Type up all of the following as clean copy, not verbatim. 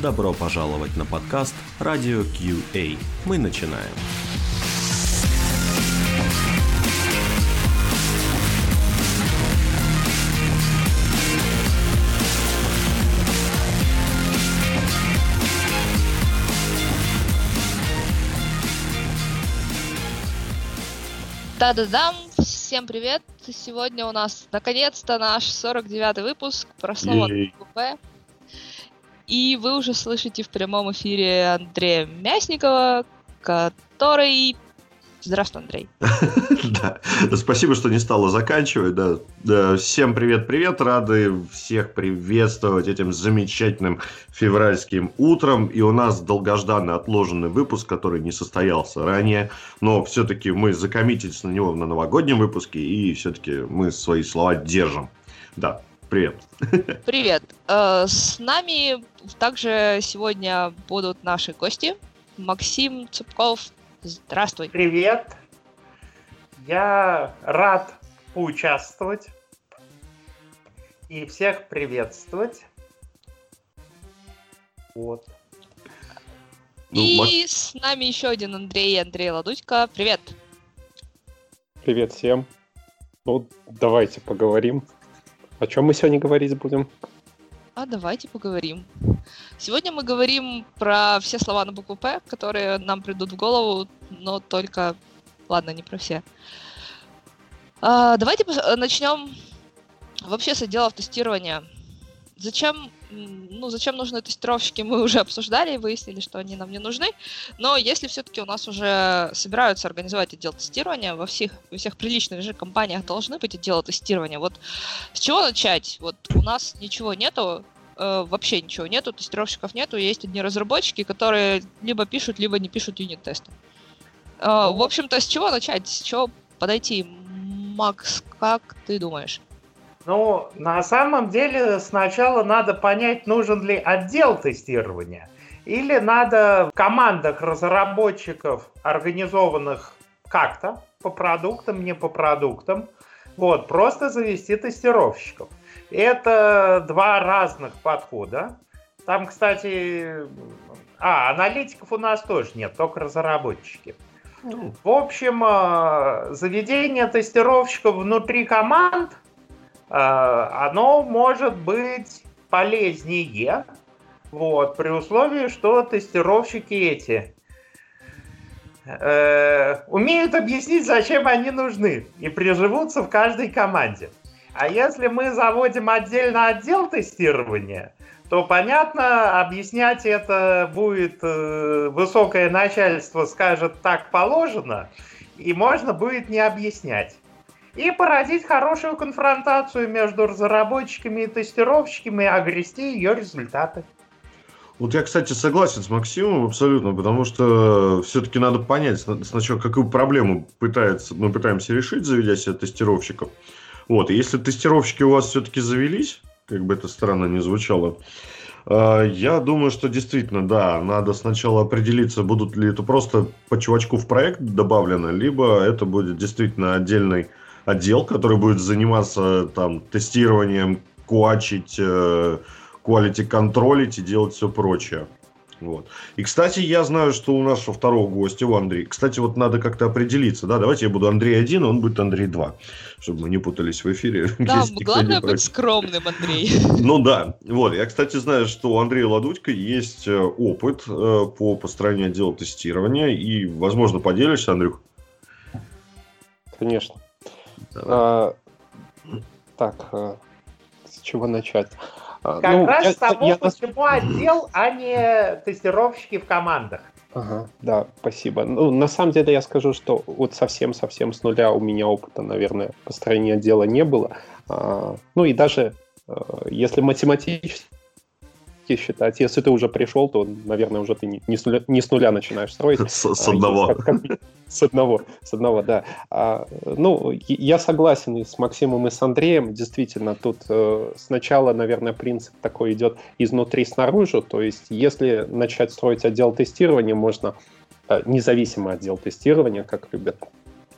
Добро пожаловать на подкаст Radio QA. Мы начинаем. Да-да-да, всем привет! Сегодня у нас наконец-то наш 49-й выпуск про слово КП. И вы уже слышите в прямом эфире Андрея Мясникова, который... Здравствуй, Андрей. Да, спасибо, что не стала заканчивать. Да. Всем привет-привет, рады всех приветствовать этим замечательным февральским утром. И у нас долгожданный отложенный выпуск, который не состоялся ранее. Но все-таки мы закоммитились на него на новогоднем выпуске, и все-таки мы свои слова держим. Да, привет. Привет. С нами также сегодня будут наши гости. Максим Цыпков. Здравствуй. Привет. Я рад поучаствовать и всех приветствовать. Вот. И с нами еще один Андрей Ладудько. Привет. Привет всем. Ну, давайте поговорим. О чем мы сегодня говорить будем? Давайте поговорим. Сегодня мы говорим про все слова на букву «П», которые нам придут в голову, но только... Ладно, не про все. Давайте начнем вообще с отделов тестирования. Зачем нужны тестировщики, мы уже обсуждали и выяснили, что они нам не нужны. Но если все-таки у нас уже собираются организовать отдел тестирования, во всех приличных же компаниях должны быть отделы тестирования. Вот с чего начать? Вот у нас ничего нету, вообще ничего нету, тестировщиков нету, есть одни разработчики, которые либо пишут, либо не пишут юнит-тесты. В общем-то, с чего начать? С чего подойти? Макс, как ты думаешь? Ну, на самом деле, сначала надо понять, нужен ли отдел тестирования, или надо в командах разработчиков, организованных как-то, по продуктам, не по продуктам, вот, просто завести тестировщиков. Это два разных подхода. Там, кстати, аналитиков у нас тоже нет, только разработчики. В общем, заведение тестировщиков внутри команд, оно может быть полезнее, вот, при условии, что тестировщики эти умеют объяснить, зачем они нужны, и приживутся в каждой команде. А если мы заводим отдельно отдел тестирования, то, понятно, объяснять это будет высокое начальство, скажет, так положено, и можно будет не объяснять. И породить хорошую конфронтацию между разработчиками и тестировщиками, и огрести ее результаты. Вот я, кстати, согласен с Максимом абсолютно, потому что все-таки надо понять сначала, какую проблему мы пытаемся решить, заведя себе тестировщиков. Вот, и если тестировщики у вас все-таки завелись, как бы это странно ни звучало, я думаю, что действительно, да, надо сначала определиться, будут ли это просто по чувачку в проект добавлено, либо это будет действительно отдельный отдел, который будет заниматься там тестированием, куачить, quality-контролить и делать все прочее. Вот. И, кстати, я знаю, что у нашего второго гостя, у Андрея, кстати, вот надо как-то определиться, да, давайте я буду Андрей 1, а он будет Андрей 2, чтобы мы не путались в эфире. Да, главное быть скромным, Андрей. Ну да, вот, я, кстати, знаю, что у Андрея Ладудько есть опыт по построению отдела тестирования, и, возможно, поделишься, Андрюх? Конечно. Так, с чего начать? Как раз с того, почему отдел, а не тестировщики в командах. Ага, да, спасибо. Ну, на самом деле я скажу, что вот совсем-совсем с нуля у меня опыта, наверное, построения отдела не было. Ну и даже если математически считать, если ты уже пришел, то, наверное, уже ты не с нуля начинаешь строить. С одного. С одного, да. Ну, я согласен и с Максимом, и с Андреем. Действительно, тут сначала, наверное, принцип такой идет изнутри снаружи. То есть, если начать строить отдел тестирования, можно независимый отдел тестирования, как любят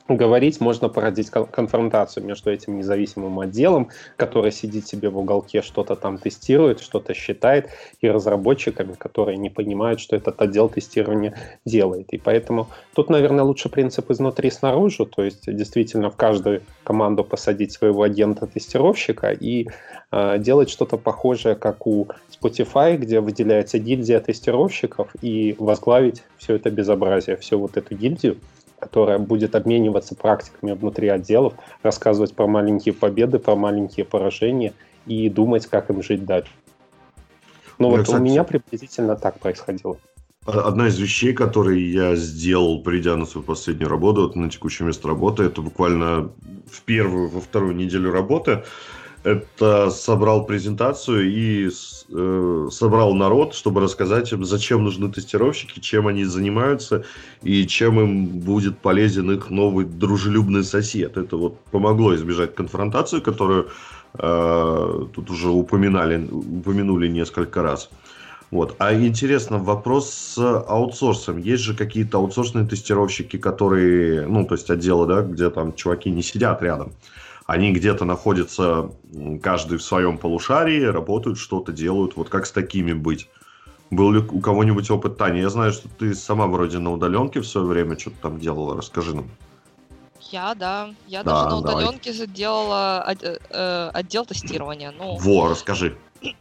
говорить, можно породить конфронтацию между этим независимым отделом, который сидит себе в уголке, что-то там тестирует, что-то считает, и разработчиками, которые не понимают, что этот отдел тестирования делает. И поэтому тут, наверное, лучше принцип изнутри снаружи, то есть действительно в каждую команду посадить своего агента-тестировщика и делать что-то похожее, как у Spotify, где выделяется гильдия тестировщиков, и возглавить все это безобразие, всю вот эту гильдию, которая будет обмениваться практиками внутри отделов, рассказывать про маленькие победы, про маленькие поражения и думать, как им жить дальше. Ну вот, кстати, у меня приблизительно так происходило. Одна из вещей, которые я сделал, придя на свою последнюю работу, вот на текущее место работы, это буквально во вторую неделю работы, это собрал презентацию и собрал народ, чтобы рассказать им, зачем нужны тестировщики, чем они занимаются и чем им будет полезен их новый дружелюбный сосед. Это вот помогло избежать конфронтацию, которую тут уже упомянули несколько раз. Вот. А интересно, вопрос с аутсорсом. Есть же какие-то аутсорсные тестировщики, которые, ну, то есть отделы, да, где там чуваки не сидят рядом. Они где-то находятся, каждый в своем полушарии, работают, что-то делают. Вот как с такими быть? Был ли у кого-нибудь опыт, Таня? Я знаю, что ты сама вроде на удаленке в свое время что-то там делала. Расскажи нам. Я даже на удаленке делала отдел тестирования. Расскажи.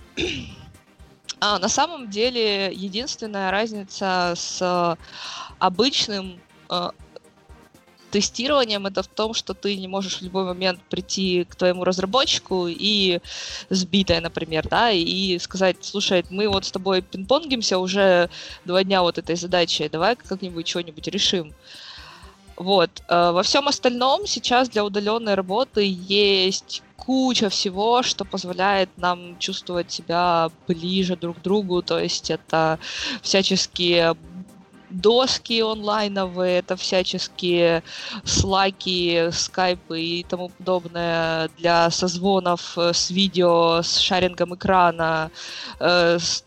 На самом деле, единственная разница с обычным тестированием это в том, что ты не можешь в любой момент прийти к твоему разработчику и сбитая, например, да, и сказать: слушай, мы вот с тобой пинг-понгимся уже 2 дня вот этой задачей, давай как-нибудь что-нибудь решим. Вот. Во всем остальном сейчас для удаленной работы есть куча всего, что позволяет нам чувствовать себя ближе друг к другу, то есть это всяческие доски онлайновые, это всяческие слаки, скайпы и тому подобное для созвонов с видео, с шарингом экрана, с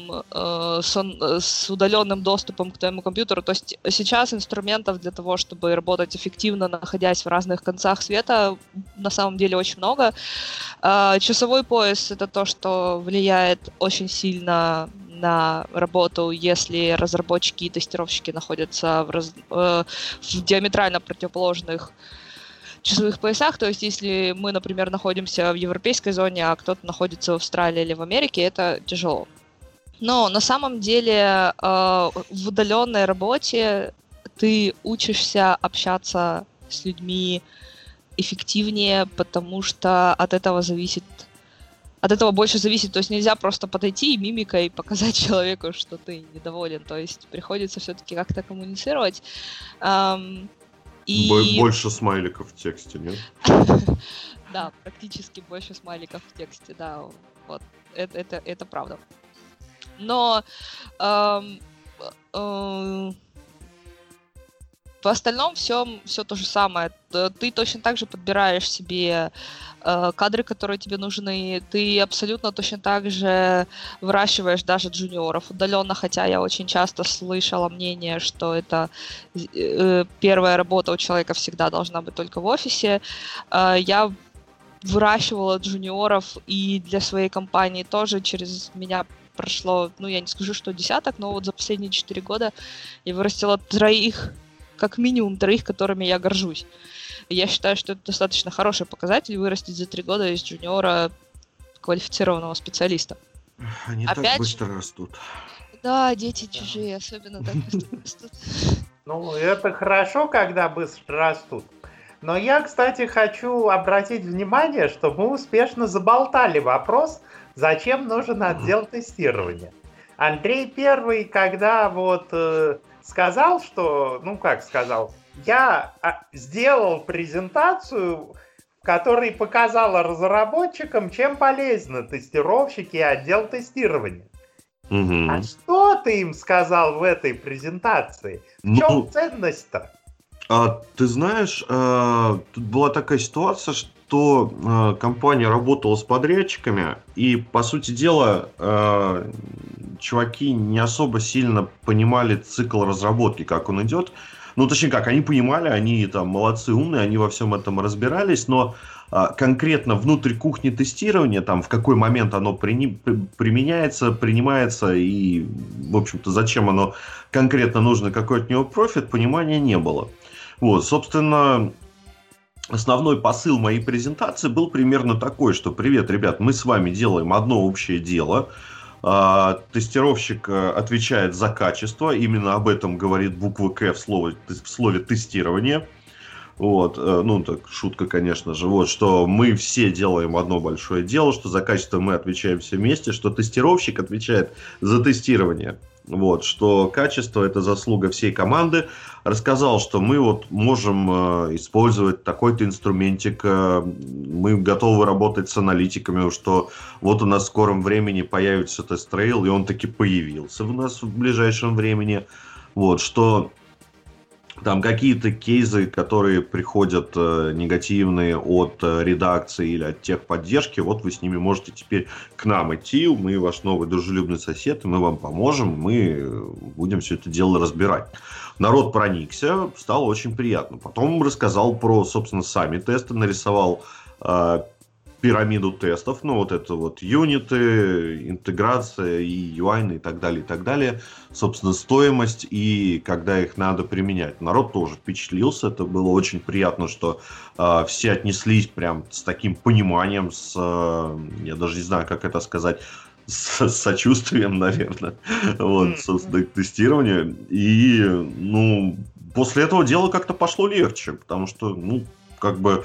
удаленным доступом к твоему компьютеру. То есть сейчас инструментов для того, чтобы работать эффективно, находясь в разных концах света, на самом деле очень много. Часовой пояс — это то, что влияет очень сильно на работу, если разработчики и тестировщики находятся в диаметрально противоположных часовых поясах. То есть, если мы, например, находимся в европейской зоне, а кто-то находится в Австралии или в Америке, это тяжело. Но на самом деле в удаленной работе ты учишься общаться с людьми эффективнее, потому что от этого больше зависит, то есть нельзя просто подойти и мимикой показать человеку, что ты недоволен, то есть приходится все-таки как-то коммуницировать. Больше смайликов в тексте, нет? Да, практически больше смайликов в тексте, да, вот, это правда. Но в остальном все то же самое. Ты точно так же подбираешь себе кадры, которые тебе нужны. Ты абсолютно точно так же выращиваешь даже джуниоров удаленно, хотя я очень часто слышала мнение, что это первая работа у человека всегда должна быть только в офисе. Я выращивала джуниоров и для своей компании тоже. Через меня прошло, я не скажу, что десяток, но вот за последние 4 года я вырастила 3, как минимум 3, которыми я горжусь. И я считаю, что это достаточно хороший показатель — вырастить за 3 года из джуниора квалифицированного специалиста. Они так быстро растут. Да, дети чужие, особенно так быстро растут. Это хорошо, когда быстро растут. Но я, кстати, хочу обратить внимание, что мы успешно заболтали вопрос, зачем нужен отдел тестирования. Андрей первый, когда сказал, что, я сделал презентацию, в которой показала разработчикам, чем полезны тестировщики и отдел тестирования. Угу. А что ты им сказал в этой презентации? В чем ценность-то? Ты знаешь, тут была такая ситуация, что компания работала с подрядчиками, и, по сути дела, чуваки не особо сильно понимали цикл разработки, как он идет. Ну, точнее как, они понимали, они там молодцы, умные, они во всем этом разбирались, но конкретно внутри кухни тестирования, там в какой момент оно применяется, принимается и, в общем-то, зачем оно конкретно нужно, какой от него профит, понимания не было. Вот, собственно, основной посыл моей презентации был примерно такой, что привет, ребят, мы с вами делаем одно общее дело. Тестировщик отвечает за качество, именно об этом говорит буква К в слове тестирование. Вот, ну, так, шутка, конечно же, вот, что мы все делаем одно большое дело, что за качество мы отвечаем все вместе, что тестировщик отвечает за тестирование, вот, что качество – это заслуга всей команды. Рассказал, что мы вот можем использовать такой-то инструментик, мы готовы работать с аналитиками, что вот у нас в скором времени появится тест-трейл, и он таки появился у нас в ближайшем времени, вот, что... Там какие-то кейсы, которые приходят негативные от редакции или от техподдержки, вот вы с ними можете теперь к нам идти, мы ваш новый дружелюбный сосед, и мы вам поможем, мы будем все это дело разбирать. Народ проникся, стало очень приятно. Потом рассказал про, собственно, сами тесты, нарисовал пирамиду тестов, ну, вот это вот юниты, интеграция и UI и так далее, собственно, стоимость и когда их надо применять. Народ тоже впечатлился, это было очень приятно, что все отнеслись прям с таким пониманием, я даже не знаю, как это сказать, с сочувствием, наверное, вот, собственно, к тестированию. И, ну, после этого дело как-то пошло легче, потому что, ну, как бы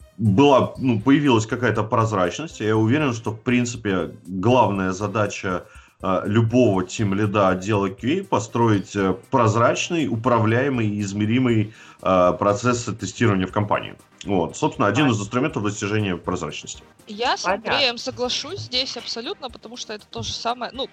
появилась какая-то прозрачность. Я уверен, что, в принципе, главная задача любого тимлида отдела QA построить прозрачный, управляемый и измеримый процесс тестирования в компании. Вот, собственно, один из инструментов достижения прозрачности. Я с Андреем соглашусь здесь абсолютно, потому что это то же самое, ну,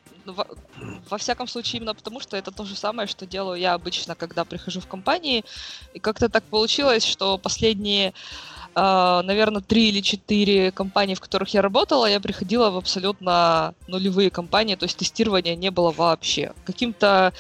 во всяком случае, именно потому что это то же самое, что делаю я обычно, когда прихожу в компании. И как-то так получилось, что последние, наверное, 3 или 4 компании, в которых я работала, я приходила в абсолютно нулевые компании, то есть тестирования не было вообще. Каким-то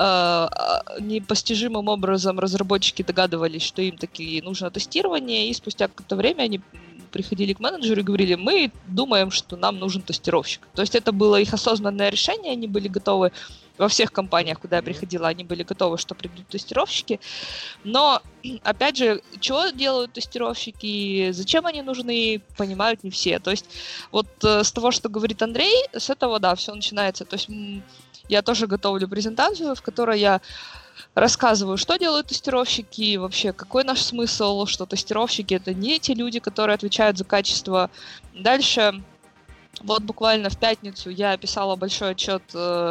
непостижимым образом разработчики догадывались, что им таки нужно тестирование, и спустя какое-то время они приходили к менеджеру и говорили: мы думаем, что нам нужен тестировщик. То есть это было их осознанное решение, они были готовы, во всех компаниях, куда я приходила, они были готовы, что придут тестировщики. Но, опять же, что делают тестировщики, зачем они нужны, понимают не все. То есть вот с того, что говорит Андрей, с этого, да, все начинается. То есть я тоже готовлю презентацию, в которой я рассказываю, что делают тестировщики, вообще какой наш смысл, что тестировщики — это не те люди, которые отвечают за качество. Дальше, вот буквально в пятницу я писала большой отчет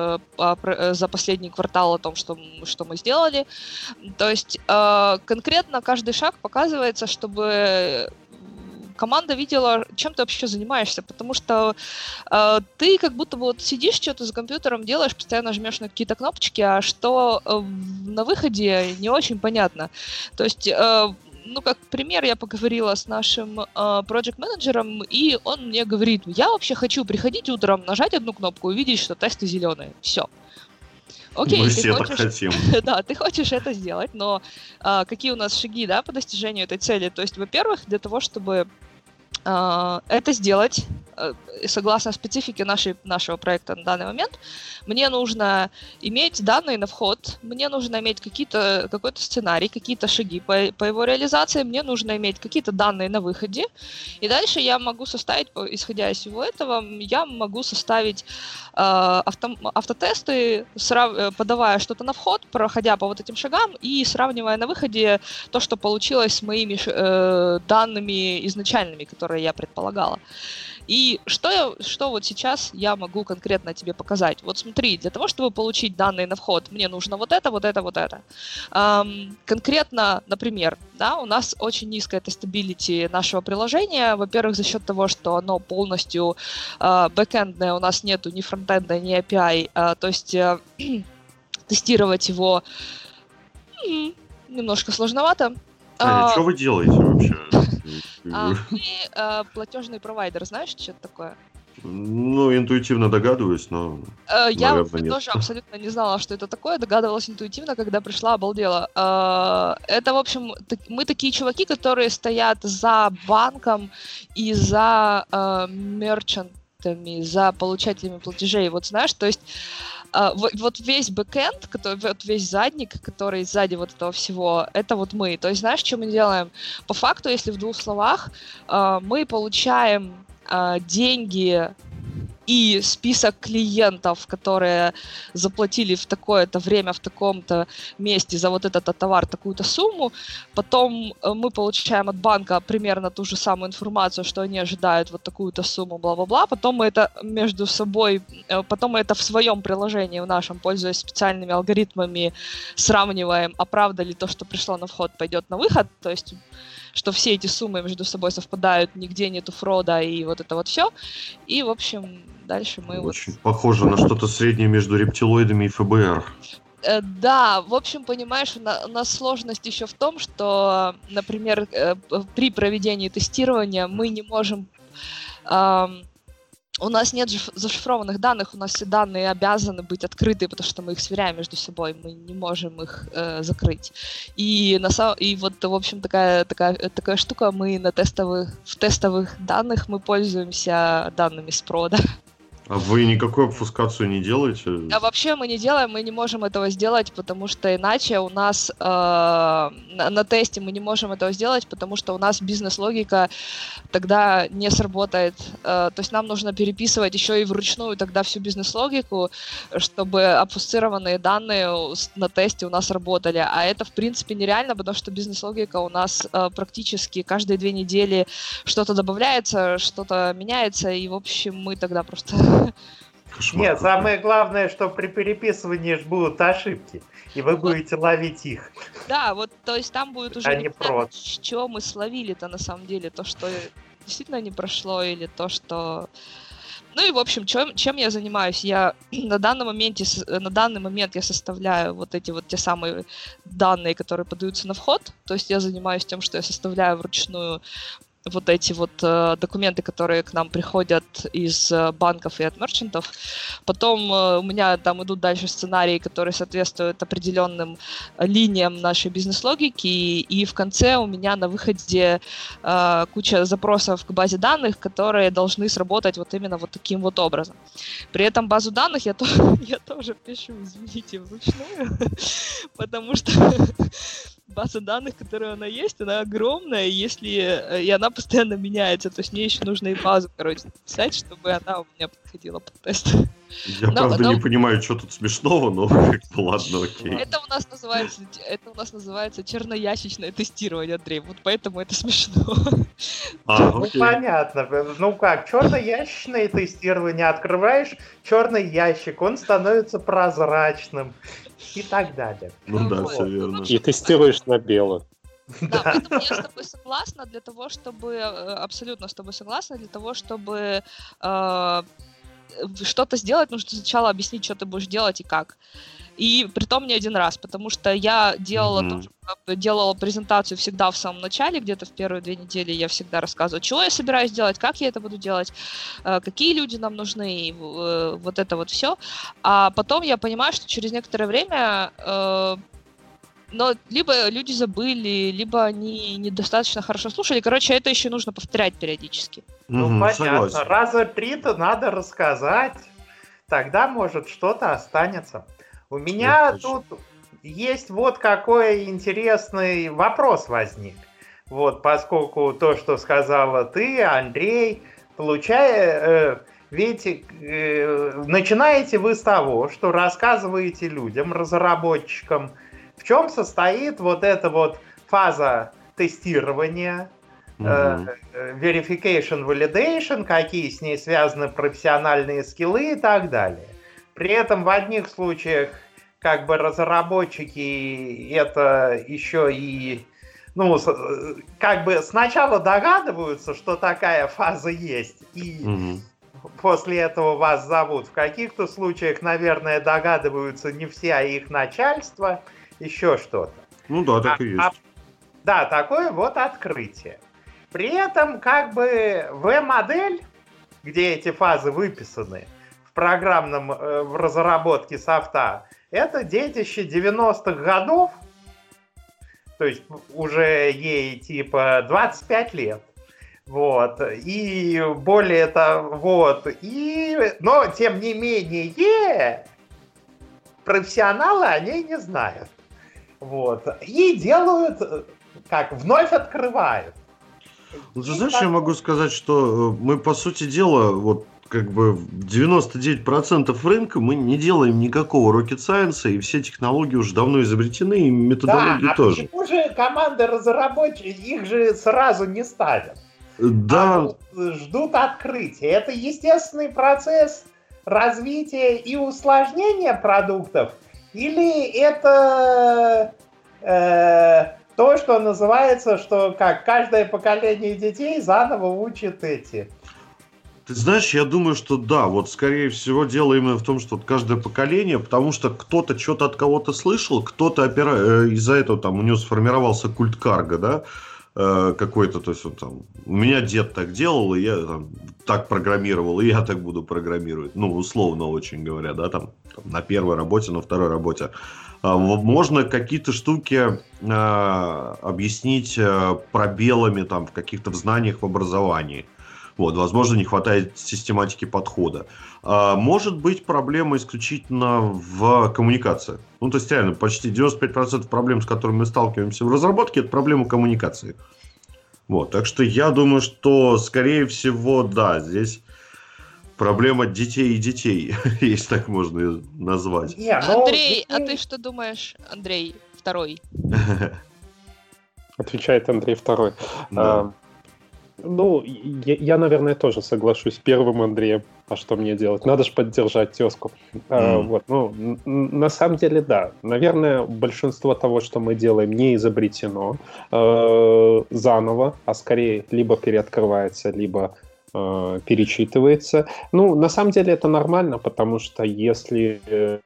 за последний квартал о том, что мы сделали. То есть конкретно каждый шаг показывается, чтобы команда видела, чем ты вообще занимаешься, потому что ты как будто бы вот сидишь, что-то за компьютером делаешь, постоянно жмешь на какие-то кнопочки, а что на выходе не очень понятно. То есть, ну, как пример, я поговорила с нашим проект-менеджером, и он мне говорит: я вообще хочу приходить утром, нажать одну кнопку, увидеть, что тесты зеленые. Все. Окей, мы все так хотим. Да, ты хочешь это сделать, но какие у нас шаги, да, по достижению этой цели? То есть, во-первых, для того, чтобы это сделать, согласно специфике нашего проекта на данный момент, мне нужно иметь данные на вход, мне нужно иметь какой-то сценарий, какие-то шаги по его реализации, мне нужно иметь какие-то данные на выходе, и дальше я могу составить, исходя из всего этого, я могу составить автотесты, подавая что-то на вход, проходя по вот этим шагам и сравнивая на выходе то, что получилось с моими данными изначальными, которые я предполагала. И что вот сейчас я могу конкретно тебе показать? Вот смотри, для того, чтобы получить данные на вход, мне нужно вот это, вот это, вот это. Конкретно, например, да, у нас очень низкая тестабилити нашего приложения. Во-первых, за счет того, что оно полностью бэкэндное, у нас нету ни фронтенда, ни API. То есть тестировать его немножко сложновато. Что вы делаете вообще? Мы платежный провайдер, знаешь, что это такое? Ну, интуитивно догадываюсь, но, Я наверное, нет. тоже абсолютно не знала, что это такое, догадывалась интуитивно, когда пришла, обалдела. Это, в общем, мы такие чуваки, которые стоят за банком и за мерчантами, за получателями платежей. Вот знаешь, то есть вот весь бэкэнд, вот весь задник, который сзади вот этого всего, это вот мы. То есть знаешь, что мы делаем? По факту, если в двух словах, мы получаем деньги и список клиентов, которые заплатили в такое-то время, в таком-то месте за вот этот товар такую-то сумму. Потом мы получаем от банка примерно ту же самую информацию, что они ожидают вот такую-то сумму, бла-бла-бла. Потом мы это между собой, потом мы это в своем приложении, в нашем, пользуясь специальными алгоритмами, сравниваем, а правда ли то, что пришло на вход, пойдет на выход. То есть что все эти суммы между собой совпадают, нигде нету фрода и вот это вот все. И, в общем, дальше мы Очень похоже на что-то среднее между рептилоидами и ФБР. Да, в общем, понимаешь, у нас сложность еще в том, что, например, при проведении тестирования мы не можем... У нас нет зашифрованных данных, у нас все данные обязаны быть открыты, потому что мы их сверяем между собой, мы не можем их закрыть. И вот, в общем, такая штука, мы в тестовых данных мы пользуемся данными с прода. А вы никакую обфускацию не делаете? А вообще мы не делаем, мы не можем этого сделать, потому что иначе у нас на тесте мы не можем этого сделать, потому что у нас бизнес-логика тогда не сработает. То есть нам нужно переписывать еще и вручную тогда всю бизнес-логику, чтобы обфусцированные данные на тесте у нас работали. А это, в принципе, нереально, потому что бизнес-логика у нас практически каждые 2 недели что-то добавляется, что-то меняется, и, в общем, мы тогда просто... Кошмар. Нет, самое главное, что при переписывании ж будут ошибки, и вы будете ловить их. Да, вот, то есть там будет уже не понятно, что мы словили-то на самом деле, то, что действительно не прошло, или то, что... Ну и, в общем, чем я занимаюсь? Я на данный момент я составляю вот эти вот те самые данные, которые подаются на вход, то есть я занимаюсь тем, что я составляю вручную вот эти вот документы, которые к нам приходят из банков и от мерчантов. Потом у меня там идут дальше сценарии, которые соответствуют определенным линиям нашей бизнес-логики, и в конце у меня на выходе куча запросов к базе данных, которые должны сработать вот именно вот таким вот образом. При этом базу данных я тоже пишу, извините, вручную, потому что база данных, которая она есть, она огромная, и она постоянно меняется. То есть мне еще нужно и базу, написать, чтобы она у меня подходила под тест. Я, правда, не понимаю, что тут смешного, но ладно, окей. Это у нас называется черноящичное тестирование, Андрей. Вот поэтому это смешно. Ну, понятно. Ну как, черноящичное тестирование. Открываешь черный ящик, он становится прозрачным. И так далее. Ну да, все верно. И тестируешь на бело. Да, поэтому я с тобой согласна для того, чтобы... Абсолютно с тобой согласна для того, чтобы что-то сделать, нужно сначала объяснить, что ты будешь делать и как. И притом не один раз, потому что я делала презентацию всегда в самом начале, где-то в первые 2 недели я всегда рассказываю, чего я собираюсь делать, как я это буду делать, какие люди нам нужны, вот это вот все. А потом я понимаю, что через некоторое время но либо люди забыли, либо они недостаточно хорошо слушали. Короче, это еще нужно повторять периодически. Ну, понятно. Согласен. Раза 3-то надо рассказать, тогда, может, что-то останется. У меня тут есть вот какой интересный вопрос возник. Вот, поскольку то, что сказала ты, Андрей, ведь начинаете вы с того, что рассказываете людям, разработчикам, в чем состоит вот эта вот фаза тестирования, verification, validation, какие с ней связаны профессиональные скиллы и так далее. При этом в одних случаях как бы разработчики это еще и, ну, как бы сначала догадываются, что такая фаза есть, и после этого вас зовут. В каких-то случаях, наверное, догадываются не все, а их начальство, еще что-то. Ну да, так и есть. Да, такое вот открытие. При этом как бы V-модель где эти фазы выписаны в программном, в разработке софта, это детище 90-х годов, то есть уже ей типа 25 лет. Вот. И более того, вот. Но, тем не менее, профессионалы о ней не знают. Вот. И делают, вновь открывают. Ну, ты знаешь, я могу сказать, что мы, по сути дела, вот как бы 99% рынка мы не делаем никакого rocket science, и все технологии уже давно изобретены, и методологии тоже. Почему же команды разработчиков их же сразу не ставят? Да. Ждут открытия. Это естественный процесс развития и усложнения продуктов? Или это то, что называется, что каждое поколение детей заново учит эти? Ты знаешь, я думаю, что да, вот скорее всего дело именно в том, что вот каждое поколение, потому что кто-то что-то от кого-то слышал, кто-то из-за этого там у него сформировался культ карго, да, какой-то, то есть вот, там, у меня дед так делал, и я там, так программировал, и я так буду программировать, ну, условно очень говоря, да, там на первой работе, на второй работе. Можно какие-то штуки объяснить пробелами там в каких-то знаниях в образовании. Вот, возможно, не хватает систематики подхода. Может быть проблема исключительно в коммуникации. Ну, то есть, реально, почти 95% проблем, с которыми мы сталкиваемся в разработке, это проблема коммуникации. Вот, так что я думаю, что, скорее всего, да, здесь проблема детей и детей, если так можно ее назвать. Андрей, а ты что думаешь, Андрей второй? Отвечает Андрей второй. Да. Ну, я, наверное, тоже соглашусь с первым Андреем. А что мне делать? Надо же поддержать тезку. Вот, ну, на самом деле, да. Наверное, большинство того, что мы делаем, не изобретено заново, а скорее либо переоткрывается, либо перечитывается. Ну, на самом деле это нормально, потому что если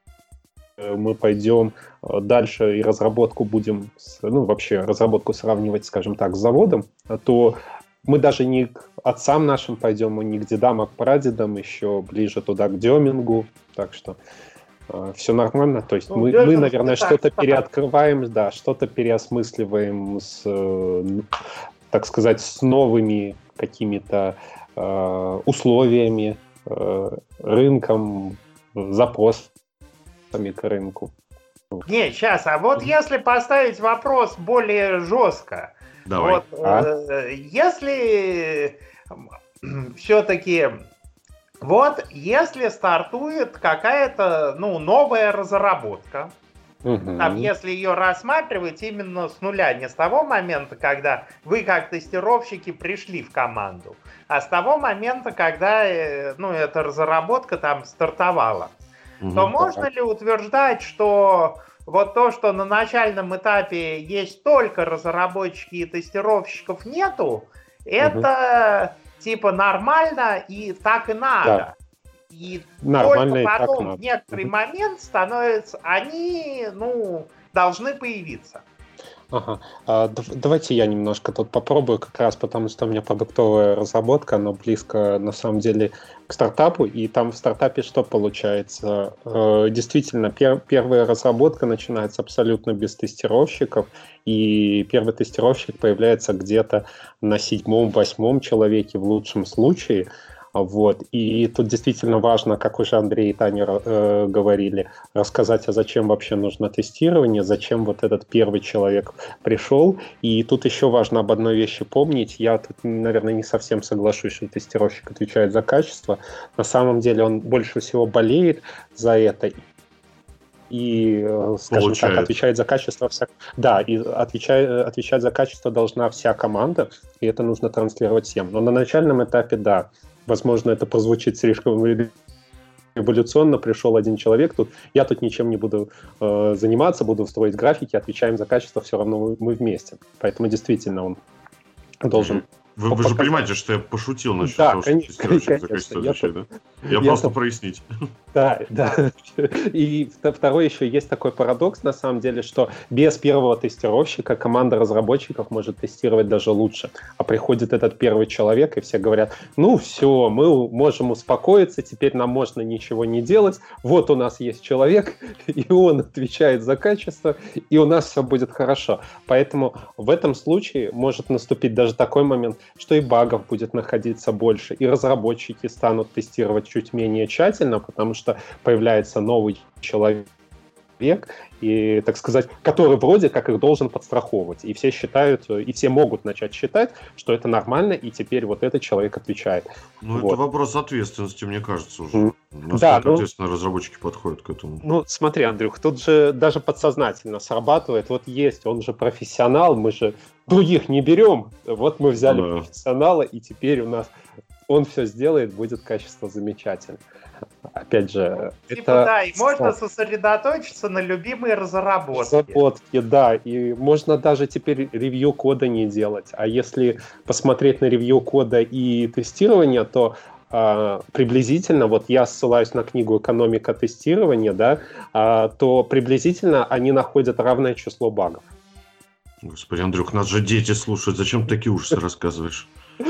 мы пойдем дальше и разработку будем, вообще разработку сравнивать, скажем так, с заводом, то мы даже не к отцам нашим пойдем, и не к дедам, а к прадедам, еще ближе туда, к Демингу. Так что все нормально. То есть мы, наверное, что-то переоткрываем, да, что-то переосмысливаем с, так сказать, с новыми какими-то условиями, рынком, запросами к рынку. Не, сейчас, а вот если поставить вопрос более жестко, Давай. Вот, если все-таки, вот если стартует какая-то, новая разработка, там, если ее рассматривать именно с нуля, не с того момента, когда вы как тестировщики пришли в команду, а с того момента, когда, эта разработка там стартовала, то можно ли утверждать, что вот то, что на начальном этапе есть только разработчики и тестировщиков нету, это типа нормально и так и надо. Да. И нормально только потом в некоторый момент становится, они, должны появиться. Ага. Давайте я немножко тут попробую, как раз потому, что у меня продуктовая разработка, она близко, на самом деле, к стартапу, и там в стартапе что получается? Действительно, первая разработка начинается абсолютно без тестировщиков, и первый тестировщик появляется где-то на 7-8 человеке в лучшем случае. Вот. И тут действительно важно, как уже Андрей и Таня говорили, рассказать, а зачем вообще нужно тестирование, зачем вот этот первый человек пришел. И тут еще важно об одной вещи помнить. Я тут, наверное, не совсем соглашусь, что тестировщик отвечает за качество. На самом деле он больше всего болеет за это. И, скажем так, отвечает за качество Да, и отвечать за качество должна вся команда, и это нужно транслировать всем. Но на начальном этапе, да, возможно, это прозвучит слишком революционно. Пришел один человек, я тут ничем не буду заниматься, буду строить графики, отвечаем за качество, все равно мы вместе. Поэтому действительно он должен Вы же понимаете, что я пошутил насчет того, что конечно, тестировщик закачивающий, да? Я просто прояснить. Да. И второй еще есть такой парадокс, на самом деле, что без первого тестировщика команда разработчиков может тестировать даже лучше. А приходит этот первый человек, и все говорят, ну все, мы можем успокоиться, теперь нам можно ничего не делать. Вот у нас есть человек, и он отвечает за качество, и у нас все будет хорошо. Поэтому в этом случае может наступить даже такой момент, что и багов будет находиться больше, и разработчики станут тестировать чуть менее тщательно, потому что появляется новый человек, и, так сказать, который вроде как их должен подстраховывать. И все считают, и все могут начать считать, что это нормально, и теперь вот этот человек отвечает. Ну, вот. Это вопрос ответственности, мне кажется, уже. Да, ответственно разработчики подходят к этому. Ну, смотри, Андрюх, тут же даже подсознательно срабатывает. Вот есть, он же профессионал, мы же других не берем. Вот мы взяли профессионала, и теперь у нас он все сделает, будет качество замечательно. Опять же, да, и можно сосредоточиться на любимой разработке. Разработки, да, и можно даже теперь ревью кода не делать. А если посмотреть на ревью кода и тестирование, то приблизительно, вот я ссылаюсь на книгу «Экономика тестирования», да, то приблизительно они находят равное число багов. Господи, Андрюх, нас же дети слушают, зачем ты такие ужасы рассказываешь?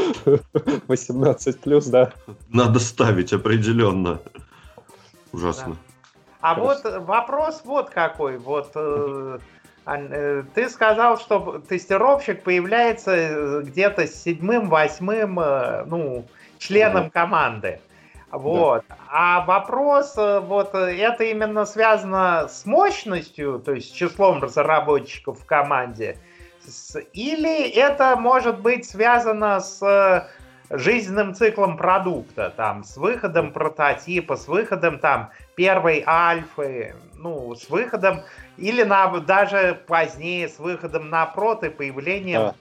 18+, да. Надо ставить определенно. Ужасно. А вот вопрос вот какой. Вот ты сказал, что тестировщик появляется где-то с 7-8 членом команды. Вот. Да. А вопрос, вот это именно связано с мощностью, то есть с числом разработчиков в команде, или это может быть связано с жизненным циклом продукта, там, с выходом прототипа, с выходом там первой альфы, с выходом, или даже позднее, с выходом на прод и появлением...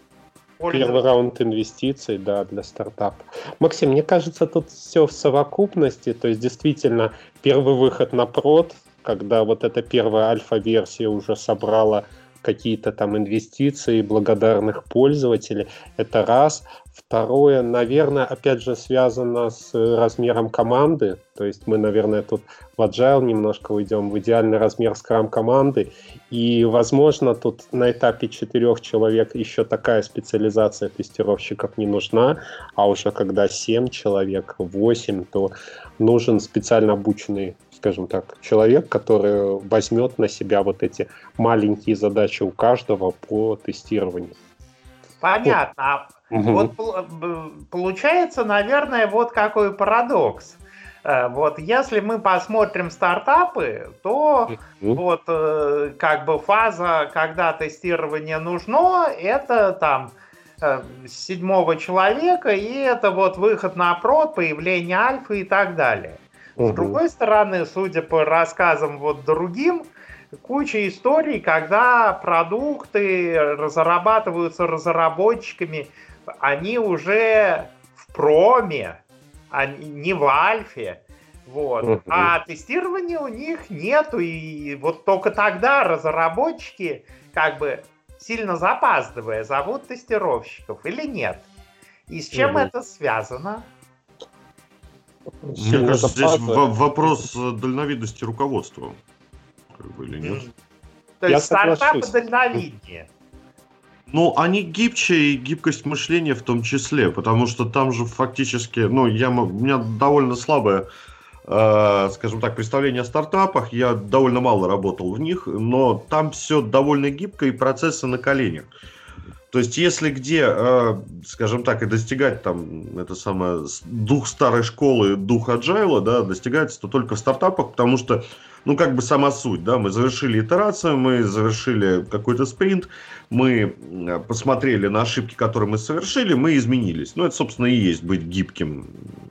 Первый раунд инвестиций, да, для стартапа. Максим, мне кажется, тут все в совокупности, то есть действительно первый выход на прод, когда вот эта первая альфа-версия уже собрала какие-то там инвестиции благодарных пользователей, это раз. Второе, наверное, опять же связано с размером команды, то есть мы, наверное, тут в Agile немножко уйдем, в идеальный размер Scrum команды, и, возможно, тут на этапе 4 человек еще такая специализация тестировщиков не нужна, а уже когда 7 человек, 8, то нужен специально обученный, скажем так, человек, который возьмет на себя вот эти маленькие задачи у каждого по тестированию. Понятно. Вот получается, наверное, вот какой парадокс. Вот если мы посмотрим стартапы, то вот как бы фаза, когда тестирование нужно, это там с 7 человека, и это вот выход на прод, появление альфы и так далее. С другой стороны, судя по рассказам вот другим, куча историй, когда продукты разрабатываются разработчиками, они уже в проме, а не в альфе. Вот. А тестирования у них нету. И вот только тогда разработчики, как бы сильно запаздывая, зовут тестировщиков или нет. И с чем это связано? Мне кажется, здесь вопрос дальновидности руководства. Или нет? То есть стартапы дальновиднее. Ну, они гибче, и гибкость мышления в том числе, потому что там же фактически, у меня довольно слабое, скажем так, представление о стартапах, я довольно мало работал в них, но там все довольно гибко и процессы на коленях. То есть, если где, скажем так, и достигать там это самое дух старой школы, дух agile, да, достигается то только в стартапах, потому что, как бы сама суть, да, мы завершили итерацию, мы завершили какой-то спринт, мы посмотрели на ошибки, которые мы совершили, мы изменились. Это, собственно, и есть быть гибким,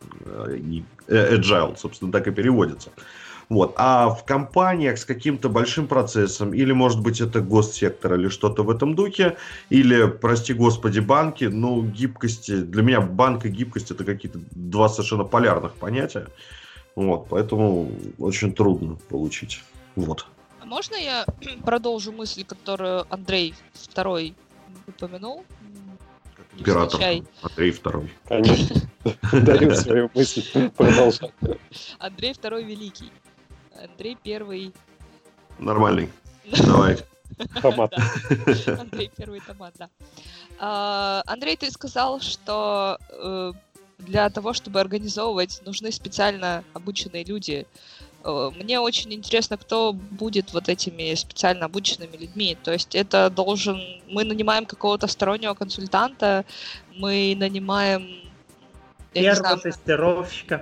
agile, собственно, так и переводится. Вот. А в компаниях с каким-то большим процессом, или, может быть, это госсектор, или что-то в этом духе, или, прости господи, банки, гибкости, для меня банк и гибкость — это какие-то два совершенно полярных понятия. Вот, поэтому очень трудно получить. Вот. Можно я продолжу мысль, которую Андрей второй упомянул? Император невзначай. Андрей II. Конечно. Дарю свою мысль. Продолжай. Андрей II Великий. Андрей I... Нормальный. Давай. Томат. Андрей Первый томат, да. Андрей, ты сказал, что для того, чтобы организовывать, нужны специально обученные люди. Мне очень интересно, кто будет вот этими специально обученными людьми. То есть это мы нанимаем какого-то стороннего консультанта, мы нанимаем... Первого тестировщика,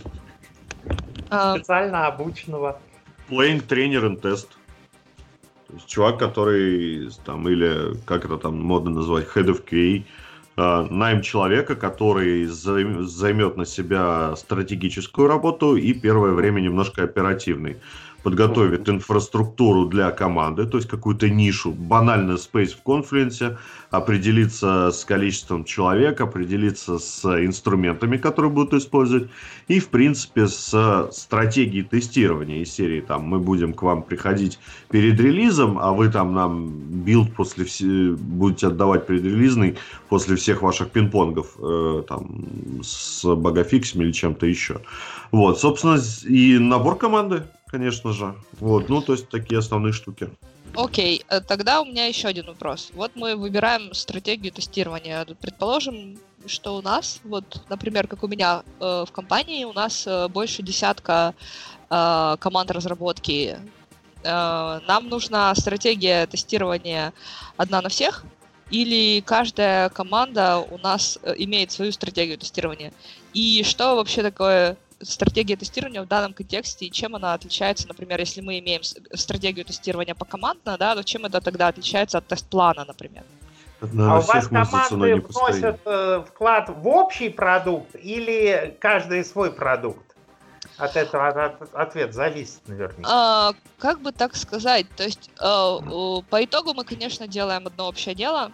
специально обученного. Playing Trainer and Test. То есть чувак, который там, или как это там модно называть, Head of QA, найм человека, который займет на себя стратегическую работу и первое время немножко оперативный. Подготовит инфраструктуру для команды, то есть какую-то нишу, банально space в Confluence, определиться с количеством человек, определиться с инструментами, которые будут использовать, и, в принципе, с стратегией тестирования из серии. Там, мы будем к вам приходить перед релизом, а вы там нам билд будете отдавать предрелизный после всех ваших пинг-понгов там, с багафиксами или чем-то еще. Вот, собственно, и набор команды. Конечно же. Вот, ну, то есть такие основные штуки. Окей, тогда у меня еще один вопрос. Вот мы выбираем стратегию тестирования. Предположим, что у нас, вот, например, как у меня в компании, у нас больше 10 команд разработки. Нам нужна стратегия тестирования одна на всех? Или каждая команда у нас имеет свою стратегию тестирования? И что вообще такое стратегия тестирования в данном контексте, и чем она отличается, например, если мы имеем стратегию тестирования покомандно, да, то чем это тогда отличается от тест-плана, например? А у вас команды вносят вклад в общий продукт или каждый свой продукт? От этого ответ зависит наверняка. Как бы так сказать, то есть по итогу мы, конечно, делаем одно общее дело,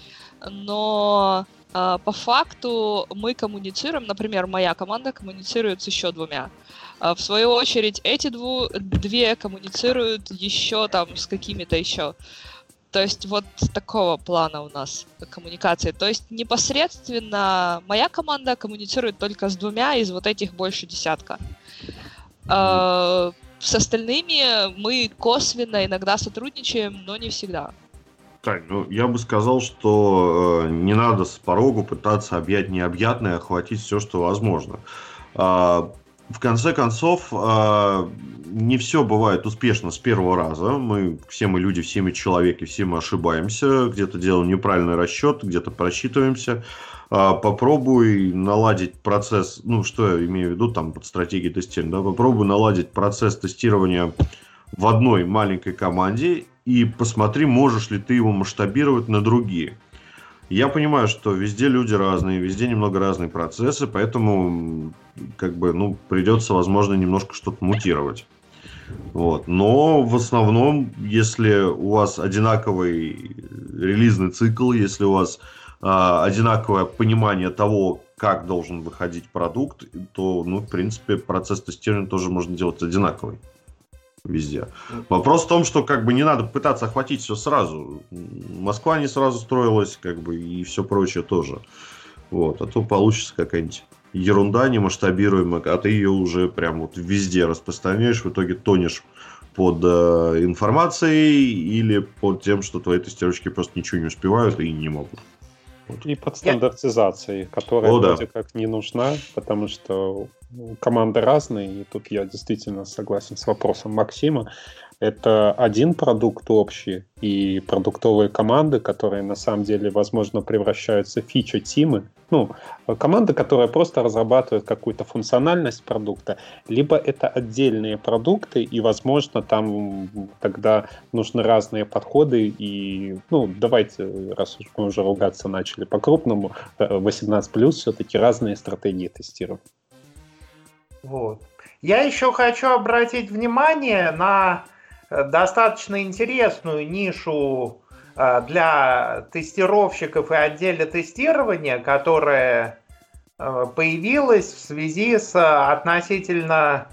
но по факту мы коммуницируем, например, моя команда коммуницирует с еще 2. В свою очередь, эти 2 коммуницируют еще там с какими-то еще. То есть вот такого плана у нас коммуникации. То есть непосредственно моя команда коммуницирует только с 2 из вот этих больше 10. С остальными мы косвенно иногда сотрудничаем, но не всегда. Так, ну, я бы сказал, что не надо с порогу пытаться объять необъятное, охватить все, что возможно. В конце концов, не все бывает успешно с первого раза. Все мы люди, все мы человек, и все мы ошибаемся. Где-то делаем неправильный расчет, где-то просчитываемся. Попробуй наладить процесс, ну, что я имею в виду там под стратегией тестирования, да, попробуй наладить процесс тестирования в одной маленькой команде и посмотри, можешь ли ты его масштабировать на другие. Я понимаю, что везде люди разные, везде немного разные процессы, поэтому как бы, ну, придется, возможно, немножко что-то мутировать. Вот. Но в основном, если у вас одинаковый релизный цикл, если у вас одинаковое понимание того, как должен выходить продукт, то, ну, в принципе, процесс тестирования тоже можно делать одинаковый везде. Вопрос в том, что как бы не надо пытаться охватить все сразу. Москва не сразу строилась, как бы, и все прочее тоже. Вот. А то получится какая-нибудь ерунда немасштабируемая, а ты ее уже прям вот везде распространяешь, в итоге тонешь под информацией или под тем, что твои тестировщики просто ничего не успевают и не могут. Вот. И под стандартизацией, которая вроде как не нужна, потому что команды разные, и тут я действительно согласен с вопросом Максима. Это один продукт общий и продуктовые команды, которые на самом деле, возможно, превращаются в фича-тимы. Ну, команда, которая просто разрабатывает какую-то функциональность продукта, либо это отдельные продукты, и, возможно, там тогда нужны разные подходы. И, ну, давайте, раз уж мы уже ругаться начали по-крупному, 18+, все-таки разные стратегии тестирования. Вот. Я еще хочу обратить внимание на достаточно интересную нишу для тестировщиков и отдела тестирования, которая появилась в связи с относительно,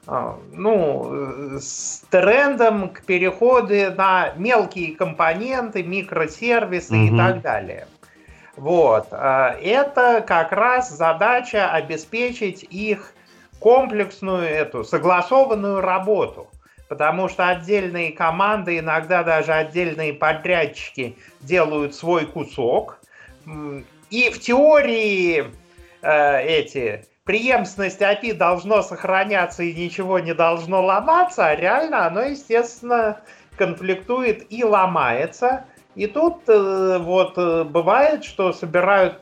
с трендом к переходу на мелкие компоненты, микросервисы и так далее. Вот. Это как раз задача обеспечить их комплексную, эту согласованную работу. Потому что отдельные команды, иногда даже отдельные подрядчики делают свой кусок. И в теории преемственность API должно сохраняться и ничего не должно ломаться, а реально оно, естественно, конфликтует и ломается. И тут бывает, что собирают,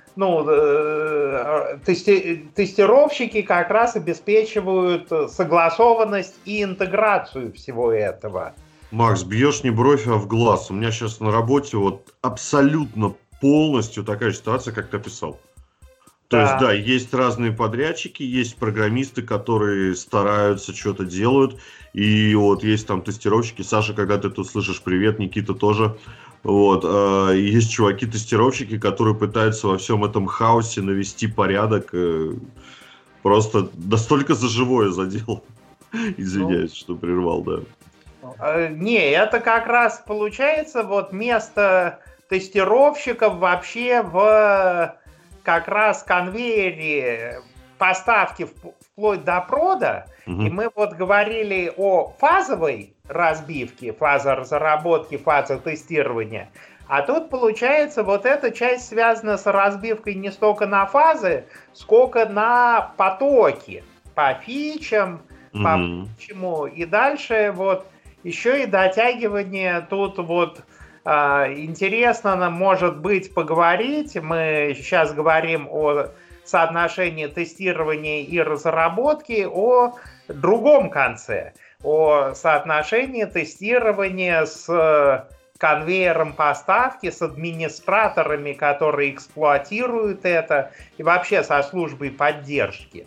тестировщики как раз обеспечивают согласованность и интеграцию всего этого. Макс, бьешь не бровь, а в глаз. У меня сейчас на работе абсолютно полностью такая ситуация, как ты описал. То есть, да, есть разные подрядчики, есть программисты, которые стараются, что-то делают, и есть там тестировщики. Саша, когда ты тут слышишь привет, Никита тоже. Есть чуваки-тестировщики, которые пытаются во всем этом хаосе навести порядок. Просто настолько за живое задел. Извиняюсь, что прервал, да. Не, это как раз получается место тестировщиков вообще в как раз конвейере поставки вплоть до прода. И мы говорили о фазовой разбивке, фаза разработки, фаза тестирования. А тут получается эта часть связана с разбивкой не столько на фазы, сколько на потоки, по фичам, по чему. И дальше еще и дотягивание тут интересно нам может быть поговорить. Мы сейчас говорим о соотношении тестирования и разработки, о другом конце, о соотношении тестирования с конвейером поставки, с администраторами, которые эксплуатируют это, и вообще со службой поддержки.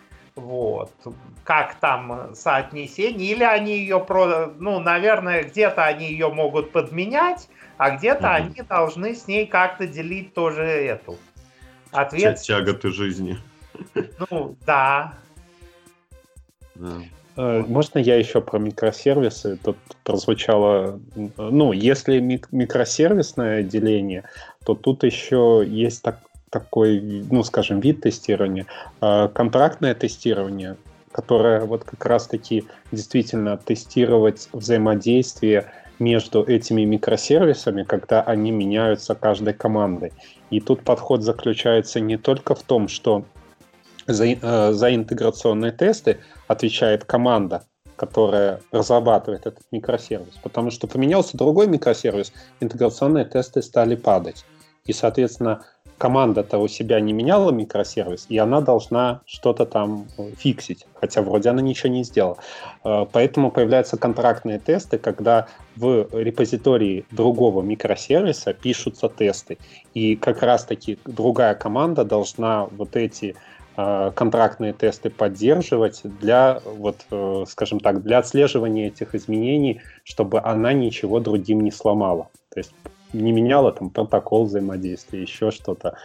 Как там соотнесение, или они ее, наверное, где-то они ее могут подменять, а где-то они должны с ней как-то делить тоже эту ответственность. Тяготы жизни. Да. Можно я еще про микросервисы? Тут прозвучало... если микросервисное деление, то тут еще есть такой, скажем, вид тестирования. Контрактное тестирование, которое как раз-таки действительно тестировать взаимодействие между этими микросервисами, когда они меняются каждой командой. И тут подход заключается не только в том, что за интеграционные тесты отвечает команда, которая разрабатывает этот микросервис. Потому что поменялся другой микросервис, интеграционные тесты стали падать. И, соответственно, команда-то у себя не меняла микросервис, и она должна что-то там фиксить, хотя вроде она ничего не сделала. Поэтому появляются контрактные тесты, когда в репозитории другого микросервиса пишутся тесты. И как раз-таки другая команда должна эти контрактные тесты поддерживать для, скажем так, для отслеживания этих изменений, чтобы она ничего другим не сломала. То есть не меняла там протокол взаимодействия, еще что-то.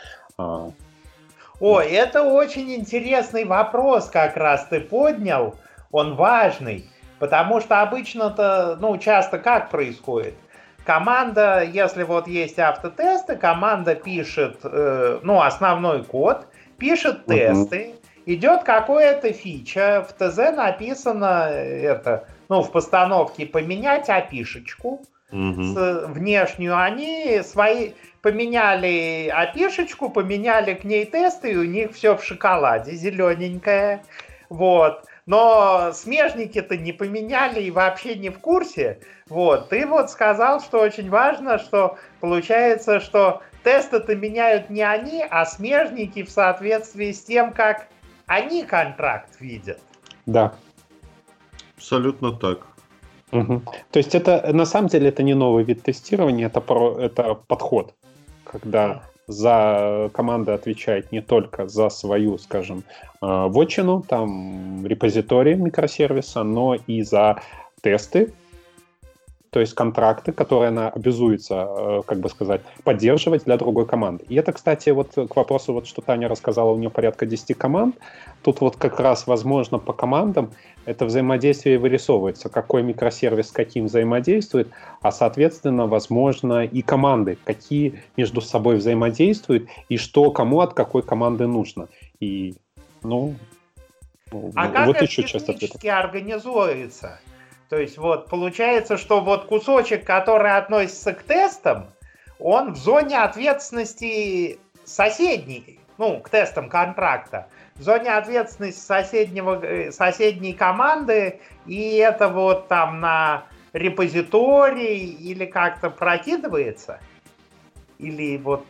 Это очень интересный вопрос как раз ты поднял. Он важный, потому что обычно-то, часто как происходит? Команда, если есть автотесты, команда пишет, основной код, пишет тесты, идет какая-то фича, в ТЗ написано в постановке поменять API-шечку, внешнюю, они поменяли API-шечку, поменяли к ней тесты, и у них все в шоколаде, зелененькое. Но смежники-то не поменяли и вообще не в курсе. Ты сказал, что очень важно, что получается, что тесты-то меняют не они, а смежники в соответствии с тем, как они контракт видят. Да. Абсолютно так. То есть это на самом деле это не новый вид тестирования, это подход, когда за команда отвечает не только за свою, скажем, вотчину, там репозиторий микросервиса, но и за тесты, то есть контракты, которые она обязуется, как бы сказать, поддерживать для другой команды. И это, кстати, вот к вопросу, вот что Таня рассказала, у нее порядка 10 команд. Тут вот как раз, возможно, по командам это взаимодействие вырисовывается, какой микросервис с каким взаимодействует, а, соответственно, возможно, и команды, какие между собой взаимодействуют, и что кому от какой команды нужно. И, ну, а как вот это еще часть ответа. технически организуется? То есть вот получается, что вот кусочек, который относится к тестам, он в зоне ответственности соседней, ну, к тестам контракта, в зоне ответственности соседней команды, и это вот там на репозиторий или как-то прокидывается? Или вот...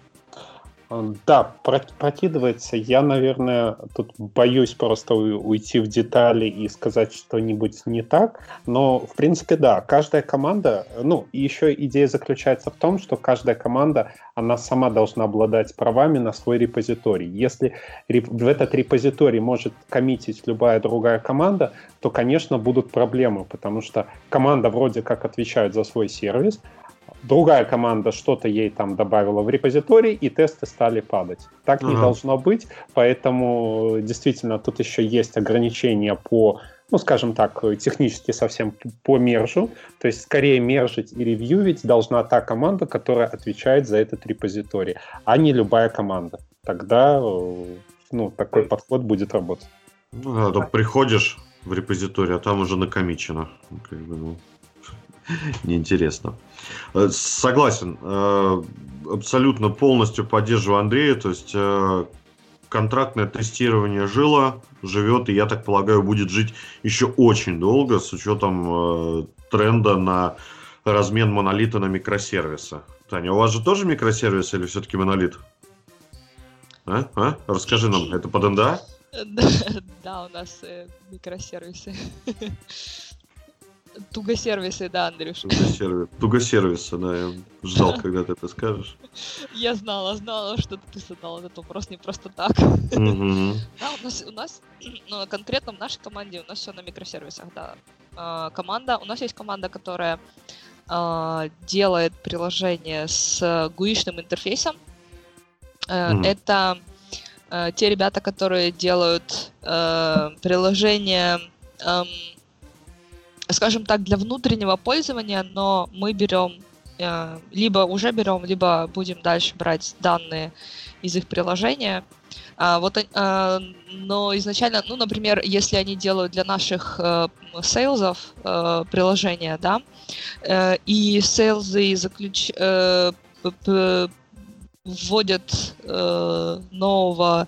Да, прокидывается. Я, наверное, тут боюсь просто уйти в детали и сказать что-нибудь не так, но, в принципе, да, каждая команда, ну, и еще идея заключается в том, что каждая команда, она сама должна обладать правами на свой репозиторий. Если в этот репозиторий может коммитить любая другая команда, то, конечно, будут проблемы, потому что команда вроде как отвечает за свой сервис, другая команда что-то ей там добавила в репозиторий, и тесты стали падать. Так не должно быть, поэтому действительно тут еще есть ограничения по, ну, скажем так, технически совсем по мержу. То есть скорее мержить и ревьювить должна та команда, которая отвечает за этот репозиторий, а не любая команда. Тогда, ну, такой подход будет работать. Ну да, то приходишь в репозиторий, а там уже накомичено. Как бы, ну, неинтересно. Согласен. Абсолютно полностью поддерживаю Андрея. То есть контрактное тестирование живет, и, я так полагаю, будет жить еще очень долго с учетом тренда на размен монолита на микросервисы. Таня, у вас же тоже микросервис или все-таки монолит? Расскажи нам, это под НДА? Да, у нас микросервисы. Тугосервисы, да, Андрюш. Тугосервисы, да, я ждал, когда ты это скажешь. Я знала, что ты задал этот вопрос не просто так. Да, у нас конкретно в нашей команде у нас все на микросервисах, да. У нас есть команда, которая делает приложение с GUI-шным интерфейсом. Это те ребята, которые делают приложение, скажем так, для внутреннего пользования, но мы берем, либо уже берем, либо будем дальше брать данные из их приложения. Но изначально, ну, например, если они делают для наших сейлзов приложение, да, и сейлзы вводят нового...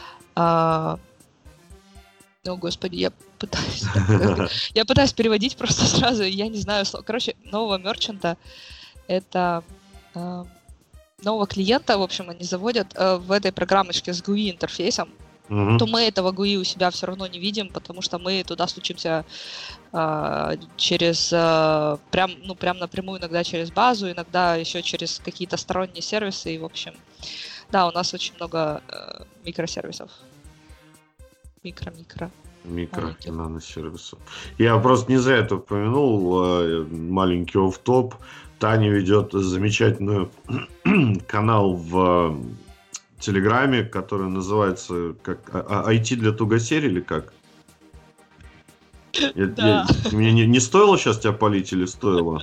О, господи, я пытаюсь переводить просто сразу, я не знаю, короче, нового мерчанта, это нового клиента, в общем, они заводят в этой программочке с GUI интерфейсом, то мы этого GUI у себя все равно не видим, потому что мы туда стучимся через, прям напрямую, иногда через базу, иногда еще через какие-то сторонние сервисы, и, в общем, да, у нас очень много микросервисов. Микро наносервисов. Я просто не зря это упомянул, маленький офф-топ. Таня ведет замечательный канал в Телеграме, который называется как IT для тугосерий или как? Мне не стоило сейчас тебя палить или стоило?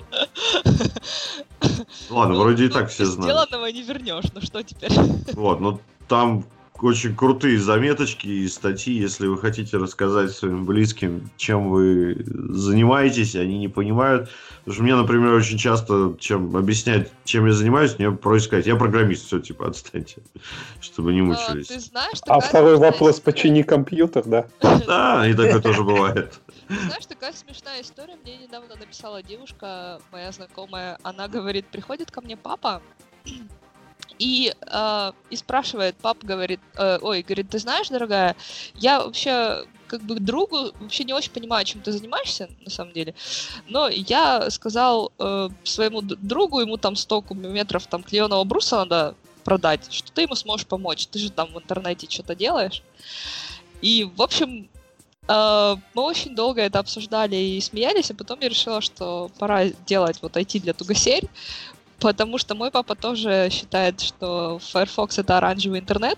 Ладно, вроде и так все знают. Сделанного не вернешь, ну что теперь? Вот, ну там очень крутые заметочки и статьи, если вы хотите рассказать своим близким, чем вы занимаетесь, они не понимают. Потому что мне, например, очень часто, чем объяснять, чем я занимаюсь, мне просят сказать, я программист, все, типа, отстаньте, чтобы не мучились. Ты знаешь, второй вопрос, почини компьютер, да? Да, и такое тоже бывает. Знаешь, такая смешная история. Мне недавно написала девушка, моя знакомая, она говорит, приходит ко мне папа, и спрашивает, папа говорит, говорит, ты знаешь, дорогая, я вообще как бы другу вообще не очень понимаю, чем ты занимаешься на самом деле, но я сказал своему другу, ему там 100 кубометров там клееного бруса надо продать, что ты ему сможешь помочь, ты же там в интернете что-то делаешь. И, в общем, Мы очень долго это обсуждали и смеялись, а потом я решила, что пора делать вот IT для тугосерь, потому что мой папа тоже считает, что Firefox — это оранжевый интернет.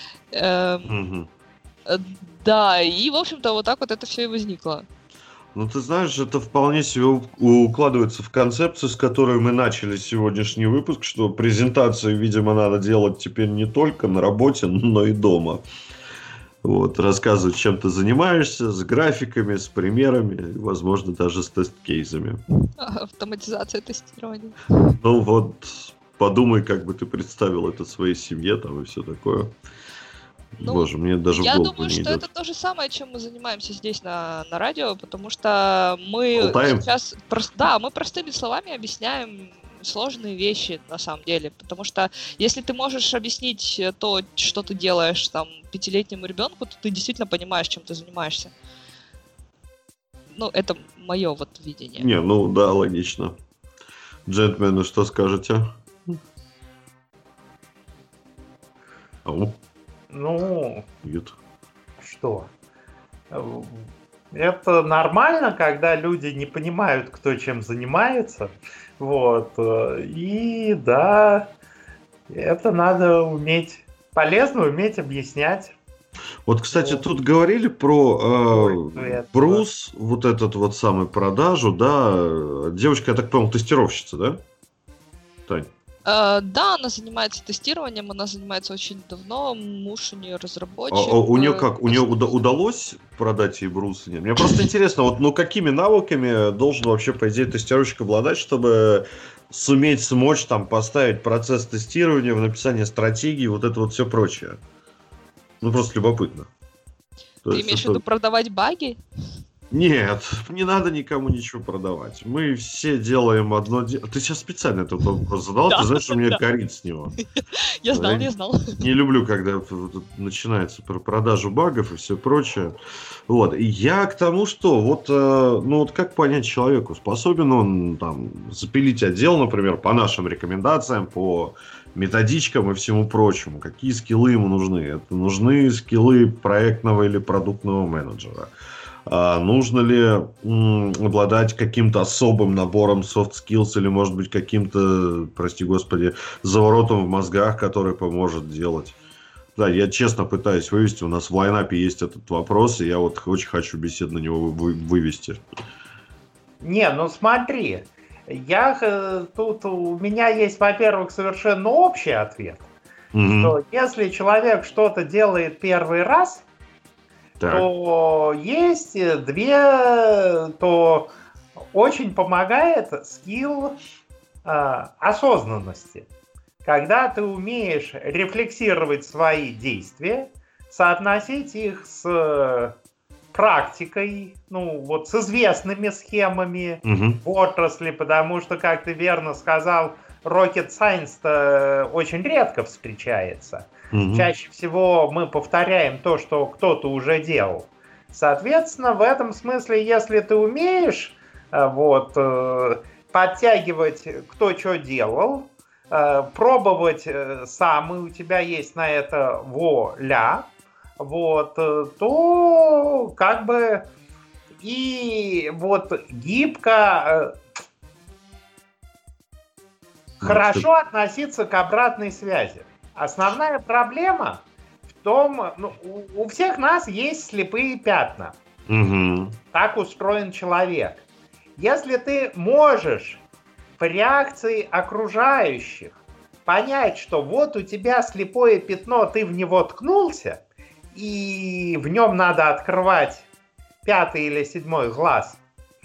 Да, и, в общем-то, вот так вот это все и возникло. Ну, ты знаешь, это вполне себе укладывается в концепцию, с которой мы начали сегодняшний выпуск, что презентации, видимо, надо делать теперь не только на работе, но и дома. Вот, рассказывать, чем ты занимаешься, с графиками, с примерами, возможно, даже с тест-кейсами. Автоматизация тестирования. Ну вот, подумай, как бы ты представил это своей семье там и все такое. Ну, Боже, мне даже в голову Я думаю, не что идет. это то же самое, чем мы занимаемся здесь на радио, потому что мы Болтаем? сейчас мы простыми словами объясняем сложные вещи на самом деле, потому что если ты можешь объяснить то, что ты делаешь там 5-летнему ребенку, то ты действительно понимаешь, чем ты занимаешься. Ну, это мое вот видение. Не, ну да, логично. Джентльмены, что скажете? Ау, Ну, нет. что? Это нормально, когда люди не понимают, кто чем занимается. Вот. И да, это надо уметь, полезно уметь объяснять. Вот, кстати, тут говорили про это. Брус, вот этот вот самый продажу, да. Девочка, я так понял, тестировщица, да? Тань? Да, она занимается тестированием, она занимается очень давно, муж у нее разработчик. У нее как? У нее удалось продать ей Брус? Нет. Мне просто интересно, вот, ну, какими навыками должен вообще, по идее, тестировщик обладать, чтобы смочь там поставить процесс тестирования в написании стратегии, вот это вот все прочее. Ну, просто любопытно. Ты имеешь в виду продавать баги? Нет, не надо никому ничего продавать. Мы все делаем одно дело. Ты сейчас специально этот вопрос задал, Да, ты знаешь, что меня да. корит с него. Я знал. Не люблю, когда начинается про продажу багов и все прочее. Вот. И я к тому, что вот, ну вот как понять человеку, способен он там запилить отдел, например, по нашим рекомендациям, по методичкам и всему прочему. Какие скиллы ему нужны? Это нужны скиллы проектного или продуктного менеджера. Нужно ли обладать каким-то особым набором soft skills или, может быть, каким-то, прости господи, заворотом в мозгах, который поможет делать? Да, я честно пытаюсь вывести. У нас в лайнапе есть этот вопрос, и я вот очень хочу беседу на него вывести. Не, ну смотри, тут у меня есть, во-первых, совершенно общий ответ, что если человек что-то делает первый раз, то есть то очень помогает скилл осознанности. Когда ты умеешь рефлексировать свои действия, соотносить их с практикой, ну вот с известными схемами в отрасли, потому что, как ты верно сказал, rocket science-то очень редко встречается. Чаще всего мы повторяем то, что кто-то уже делал. Соответственно, в этом смысле, если ты умеешь подтягивать, кто что делал, пробовать сам, и у тебя есть на это воля, то как бы и вот гибко хорошо относиться к обратной связи. Основная проблема в том, у всех нас есть слепые пятна. Так устроен человек. Если ты можешь по реакции окружающих понять, что вот у тебя слепое пятно, ты в него ткнулся, и в нем надо открывать 5-й или 7-й глаз,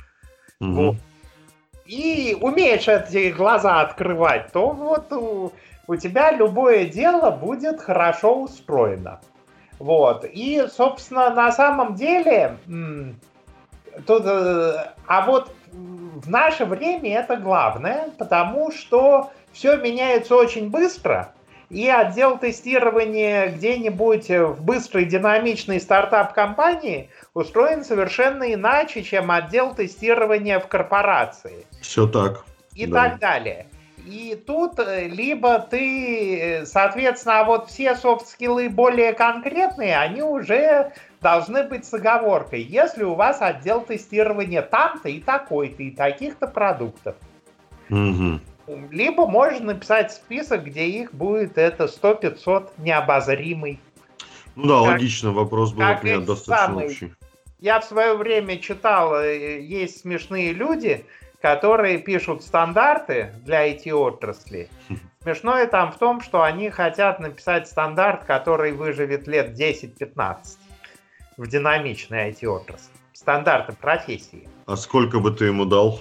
и умеешь эти глаза открывать, то вот у тебя любое дело будет хорошо устроено. И, собственно, на самом деле, тут, вот в наше время это главное, потому что все меняется очень быстро, и отдел тестирования где-нибудь в быстрой динамичной стартап-компании устроен совершенно иначе, чем отдел тестирования в корпорации. Все так. И так далее. И тут либо ты, соответственно, вот все софт-скиллы более конкретные, они уже должны быть с оговоркой. Если у вас отдел тестирования там-то и такой-то, и таких-то продуктов. Угу. Либо можно написать список, где их будет это 100-500 необозримый. Ну да, логично, вопрос был от меня достаточно общий. Я в свое время читал, есть смешные люди, которые пишут стандарты для IT-отрасли. Смешное там в том, что они хотят написать стандарт, который выживет лет 10-15 в динамичной IT-отрасли. Стандарты профессии. А сколько бы ты ему дал?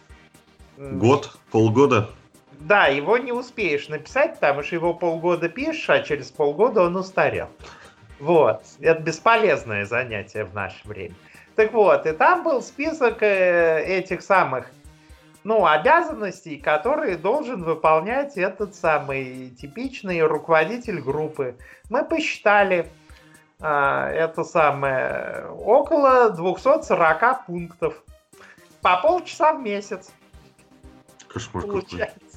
Год? Полгода? Да, его не успеешь написать, потому что его полгода пишешь, а через полгода он устарел. Вот. Это бесполезное занятие в наше время. Так вот, и там был список этих самых, обязанностей, которые должен выполнять этот самый типичный руководитель группы. Мы посчитали это самое около 240 пунктов. По полчаса в месяц. Кошмар получается. Какой.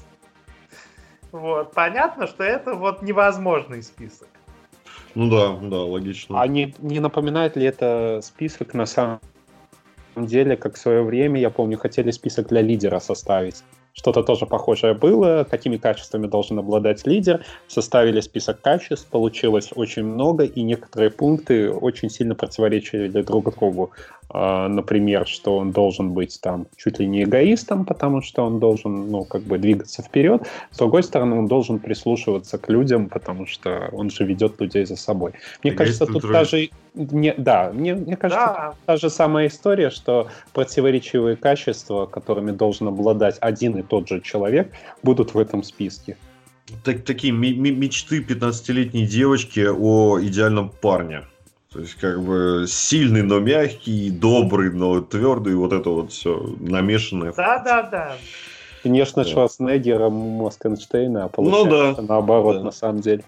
Вот. Понятно, что это вот невозможный список. Ну да, логично. А не напоминает ли это список на самом деле, как в свое время, я помню, хотели список для лидера составить. Что-то тоже похожее было, какими качествами должен обладать лидер. Составили список качеств, получилось очень много, и некоторые пункты очень сильно противоречили друг другу. Например, что он должен быть там чуть ли не эгоистом, потому что он должен, двигаться вперед. С другой стороны, он должен прислушиваться к людям, потому что он же ведет людей за собой. Мне кажется, тут даже... мне кажется, та же самая история, что противоречивые качества, которыми должен обладать один и тот же человек, будут в этом списке. Такие мечты 15-летней девочки о идеальном парне. То есть, сильный, но мягкий, добрый, но твердый, вот это вот все намешанное. Да. Конечно, Шварценеггера мозг Эйнштейна, а получается наоборот, на самом деле.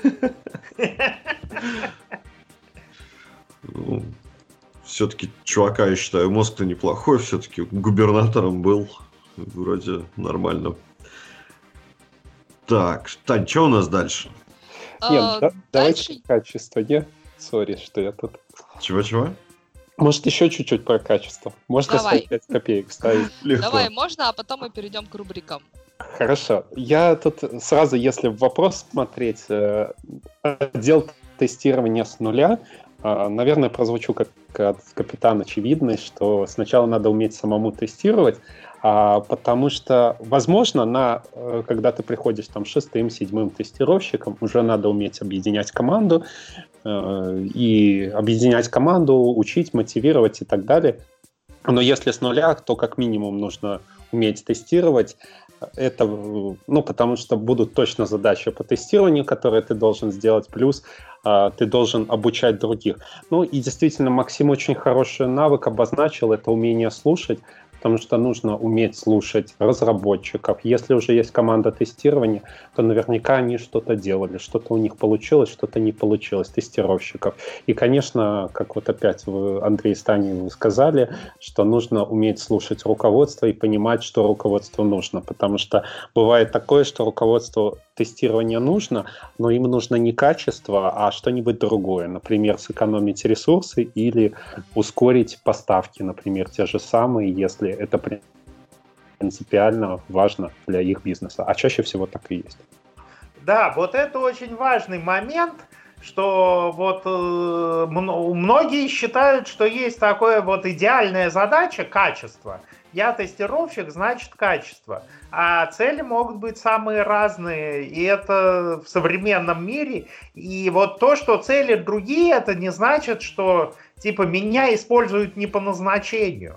Все-таки чувака, я считаю, мозг-то неплохой, все-таки губернатором был, вроде нормально. Так, Тань, что у нас дальше? Нет, давайте качество, Сори, что я тут... Чего? Может, еще чуть-чуть про качество? Можно 5 копеек ставить? Легко. Давай, можно, а потом мы перейдем к рубрикам. Хорошо. Я тут сразу, если в вопрос смотреть, отдел тестирования с нуля, наверное, прозвучу как капитан очевидность, что сначала надо уметь самому тестировать, потому что, возможно, когда ты приходишь там 6-м, 7-м тестировщиком, уже надо уметь объединять команду, учить, мотивировать и так далее. Но если с нуля, то как минимум нужно уметь тестировать. Это, потому что будут точно задачи по тестированию, которые ты должен сделать, плюс ты должен обучать других. И действительно, Максим очень хороший навык обозначил, это умение слушать, потому что нужно уметь слушать разработчиков. Если уже есть команда тестирования, то наверняка они что-то делали, что-то у них получилось, что-то не получилось, тестировщиков. И, конечно, как вот опять вы, Андрей и Таня, вы сказали, что нужно уметь слушать руководство и понимать, что руководству нужно, потому что бывает такое, что руководству тестирования нужно, но им нужно не качество, а что-нибудь другое. Например, сэкономить ресурсы или ускорить поставки, например, те же самые, если это принципиально важно для их бизнеса. А чаще всего так и есть. Да, вот это очень важный момент, что вот многие считают, что есть такое вот идеальная задача – качество. Я тестировщик, значит качество. А цели могут быть самые разные, и это в современном мире. И вот то, что цели другие, это не значит, что типа меня используют не по назначению.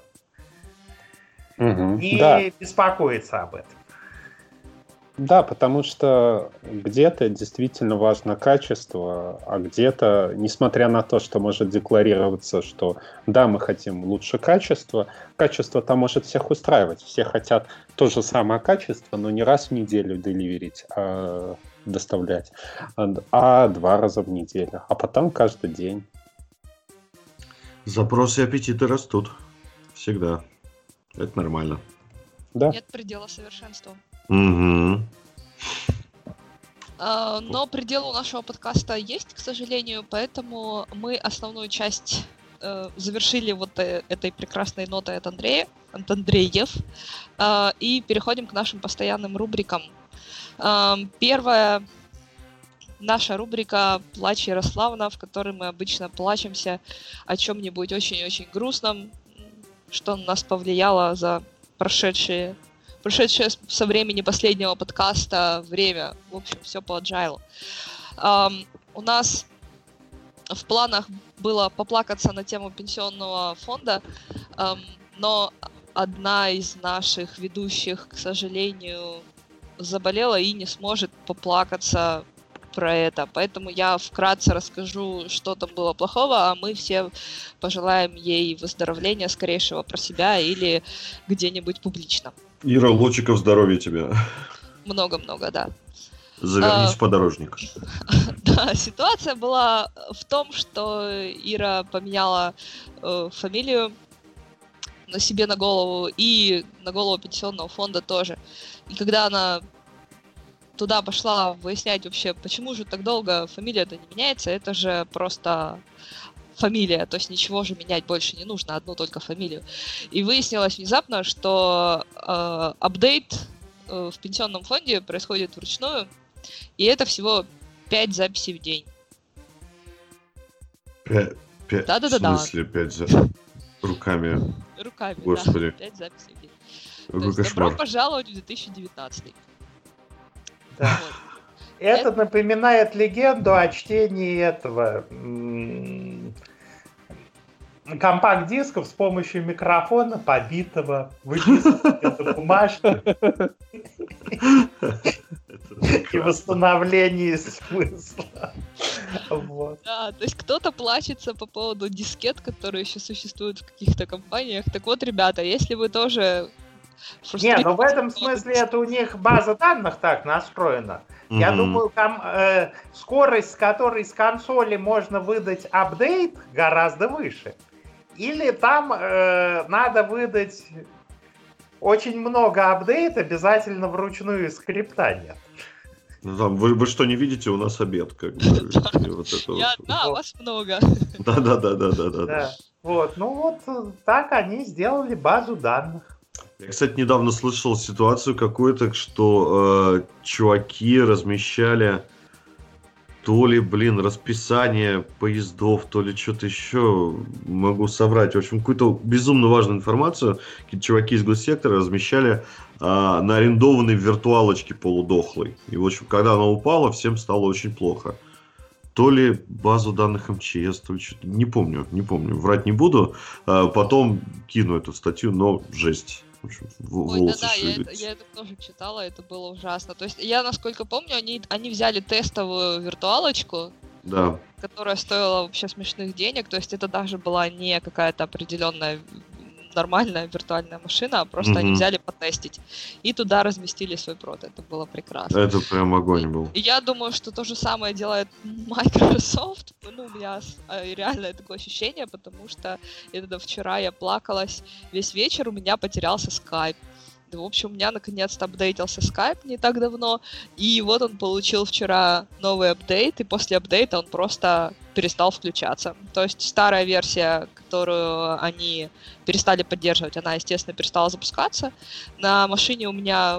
Не беспокоиться об этом. Да, потому что где-то действительно важно качество, а где-то, несмотря на то, что может декларироваться, что да, мы хотим лучше качества, качество-то может всех устраивать. Все хотят то же самое качество, но не раз в неделю деливерить, доставлять, а 2 раза в неделю, а потом каждый день. Запросы и аппетиты растут. Всегда. Это нормально. Да. Нет предела совершенству. Угу. Но предел у нашего подкаста есть, к сожалению, поэтому мы основную часть завершили вот этой прекрасной нотой от Андреев, и переходим к нашим постоянным рубрикам. Первая наша рубрика «Плач Ярославна», в которой мы обычно плачемся о чем-нибудь очень-очень грустном, что на нас повлияло за прошедшее со времени последнего подкаста время. В общем, все по agile. У нас в планах было поплакаться на тему пенсионного фонда, но одна из наших ведущих, к сожалению, заболела и не сможет поплакаться про это. Поэтому я вкратце расскажу, что там было плохого, а мы все пожелаем ей выздоровления скорейшего про себя или где-нибудь публично. Ира, лучиков здоровья тебе. Много-много, да. Завернись в подорожник. Да, ситуация была в том, что Ира поменяла фамилию на себе на голову и на голову пенсионного фонда тоже. И когда она туда пошла выяснять вообще, почему же так долго фамилия-то не меняется, это же просто фамилия, то есть ничего же менять больше не нужно, одну только фамилию. И выяснилось внезапно, что апдейт в пенсионном фонде происходит вручную, и это всего 5 записей в день. Да-да-да. В смысле 5 руками? Руками, Господи. Да, 5 записей в день. Какой То есть кошмар. добро пожаловать в 2019. Да. Вот. Это напоминает легенду о чтении этого компакт-дисков с помощью микрофона, побитого, выписанного бумажки и восстановлении смысла. Вот. Да, то есть кто-то плачется по поводу дискет, которые еще существуют в каких-то компаниях. Так вот, ребята, если вы тоже... Не, ну в этом смысле это у них база данных так настроена. Я думаю, скорость, с которой с консоли можно выдать апдейт, гораздо выше. Или там надо выдать очень много апдейт, обязательно вручную, и скрипта нет. Ну, там, вы что, не видите, у нас обед, как бы. Я одна, у вас много. Да. Вот, ну вот так они сделали базу данных. Я, кстати, недавно слышал ситуацию какую-то, что чуваки размещали то ли, расписание поездов, то ли что-то еще, могу соврать. В общем, какую-то безумно важную информацию какие-то чуваки из госсектора размещали на арендованной виртуалочке полудохлой. И, в общем, когда она упала, всем стало очень плохо. То ли базу данных МЧС, то ли что-то. Не помню. Врать не буду. Потом кину эту статью, но жесть. В общем, Ой, да, я это тоже читала, это было ужасно. То есть я, насколько помню, они взяли тестовую виртуалочку, да, которая стоила вообще смешных денег. То есть это даже была не какая-то определенная нормальная виртуальная машина, а просто они взяли потестить. И туда разместили свой прод. Это было прекрасно. Это прям огонь был. И я думаю, что то же самое делает Microsoft. Ну, у меня реально такое ощущение, потому что вчера я плакалась весь вечер, у меня потерялся Skype. В общем, у меня наконец-то апдейтился Skype не так давно, и вот он получил вчера новый апдейт, и после апдейта он просто перестал включаться. То есть старая версия, которую они перестали поддерживать, она, естественно, перестала запускаться. На машине у меня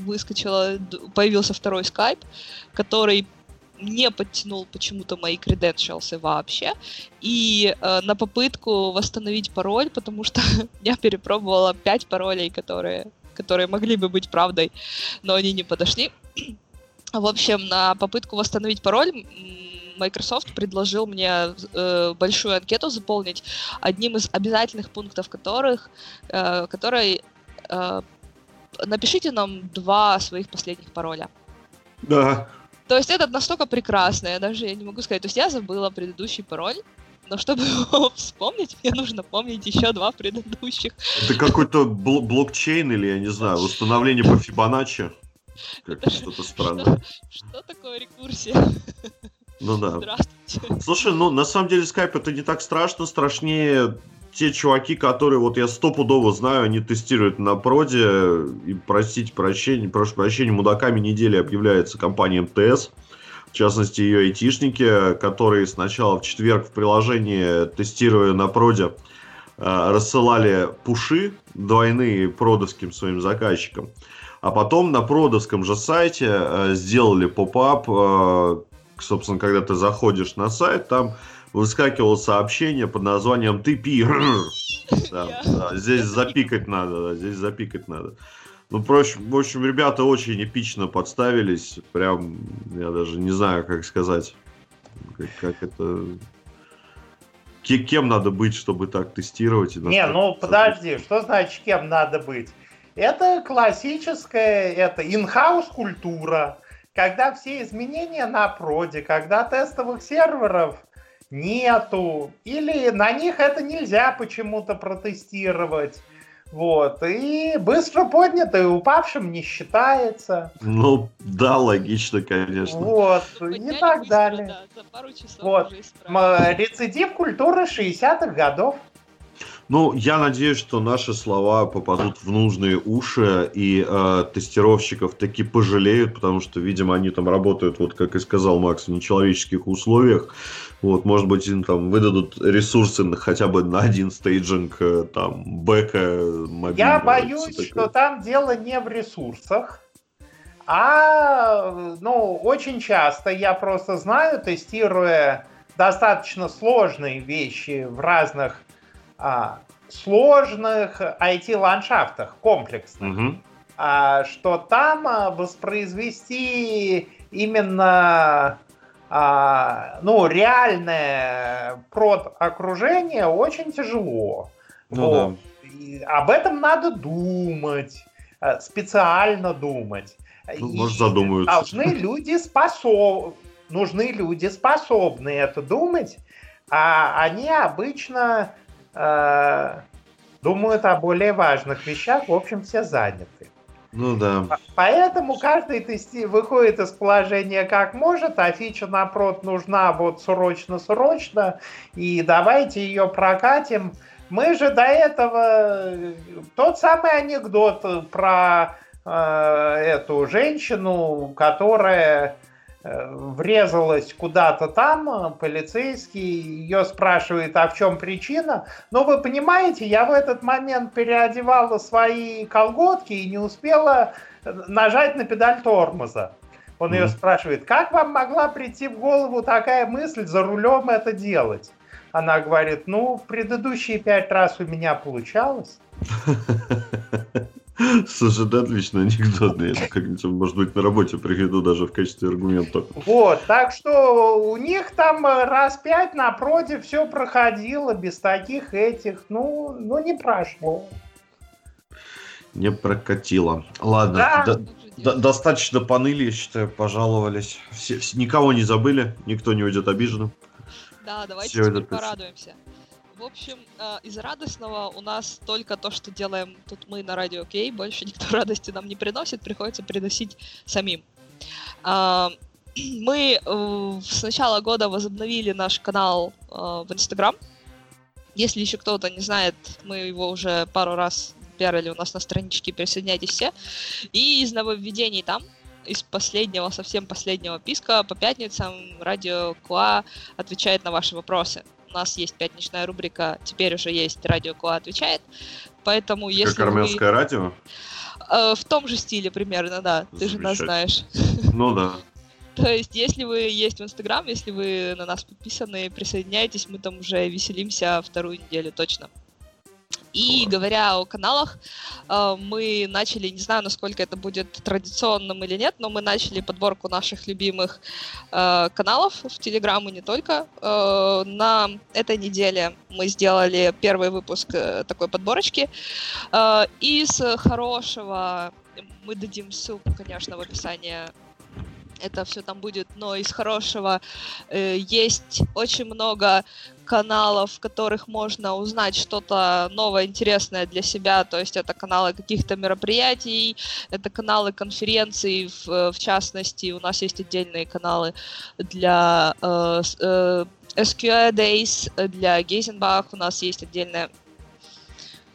появился второй Skype, который не подтянул почему-то мои credentials вообще. И на попытку восстановить пароль, потому что я перепробовала 5 паролей, которые могли бы быть правдой, но они не подошли. В общем, на попытку восстановить пароль Microsoft предложил мне большую анкету заполнить, одним из обязательных пунктов который напишите нам 2 своих последних пароля. Да. То есть это настолько прекрасно, я не могу сказать. То есть я забыла предыдущий пароль, но чтобы его вспомнить, мне нужно помнить еще 2 предыдущих. Это какой-то блокчейн или, я не знаю, установление по Фибоначчи? Как что-то странное. Что такое рекурсия? Ну да. Здравствуйте. Слушай, на самом деле Skype это не так страшно. Страшнее те чуваки, которые, вот я стопудово знаю, они тестируют на проде, и прошу прощения, мудаками недели объявляется компания МТС. В частности, ее айтишники, которые сначала в четверг в приложении, тестируя на проде, рассылали пуши двойные продовским своим заказчикам. А потом на продовском же сайте сделали поп-ап. Собственно, когда ты заходишь на сайт, там выскакивало сообщение под названием «Ты пи». Здесь запикать надо, Ну, в общем, ребята очень эпично подставились. Прям, я даже не знаю, как сказать, как это... Кем надо быть, чтобы так тестировать? Подожди, что значит кем надо быть? Это классическая, in-house культура, когда все изменения на проде, когда тестовых серверов нету, или на них это нельзя почему-то протестировать. Вот, и быстро поднято, и упавшим не считается. Ну, да, логично, конечно. Вот, и так быстро, далее. Да, за пару часов вот. Рецидив культуры 60-х годов. Ну, я надеюсь, что наши слова попадут в нужные уши, и тестировщиков таки пожалеют, потому что, видимо, они там работают, вот как и сказал Макс, в нечеловеческих условиях. Вот, может быть, им там выдадут ресурсы хотя бы на один стейджинг, там, бэка мобильного. Я боюсь, что там дело не в ресурсах, а, очень часто я просто знаю, тестируя достаточно сложные вещи в разных сложных IT-ландшафтах, комплексных, что там воспроизвести именно реальное прод-окружение очень тяжело. Да. И об этом надо думать, специально думать. Может, задумаются. Нужны люди способные это думать, а они обычно думают о более важных вещах, в общем, все заняты. Ну да. Поэтому каждый выходит из положения как может, а фича на прод нужна вот срочно, и давайте ее прокатим. Мы же до этого... Тот самый анекдот про эту женщину, которая врезалась куда-то там, полицейский ее спрашивает, а в чем причина? Ну, вы понимаете, я в этот момент переодевала свои колготки и не успела нажать на педаль тормоза. Он ее спрашивает, как вам могла прийти в голову такая мысль за рулем это делать? Она говорит, предыдущие 5 раз у меня получалось. Слушай, да, отличный анекдот. Я как-нибудь, может быть, на работе приведу даже в качестве аргумента. Вот, так что у них там раз 5 на проде все проходило без таких этих, не прошло. Не прокатило. Ладно, достаточно поныли, я считаю, пожаловались. Никого не забыли, никто не уйдет обиженным. Да, давайте теперь порадуемся. В общем, из радостного у нас только то, что делаем тут мы на Радио Кей. Больше никто радости нам не приносит, приходится приносить самим. Мы с начала года возобновили наш канал в Инстаграм. Если еще кто-то не знает, мы его уже пару раз пиарили у нас на страничке, присоединяйтесь все. И из нововведений там, из последнего, совсем последнего писка, по пятницам Радио КУА отвечает на ваши вопросы. У нас есть пятничная рубрика, теперь уже есть Радио КУА отвечает, поэтому если как армянское радио? В том же стиле примерно, да, ты же нас знаешь. Ну да. То есть, если вы есть в Инстаграм, если вы на нас подписаны, присоединяйтесь, мы там уже веселимся вторую неделю точно. И говоря о каналах, мы начали, не знаю, насколько это будет традиционным или нет, но мы начали подборку наших любимых каналов в Телеграм и не только. На этой неделе мы сделали первый выпуск такой подборочки. Из хорошего, мы дадим ссылку, конечно, в описании. Это все там будет, но из хорошего есть очень много каналов, в которых можно узнать что-то новое, интересное для себя. То есть это каналы каких-то мероприятий, это каналы конференций, в частности, у нас есть отдельные каналы для SQA Days, для Гейзенбах, у нас есть отдельная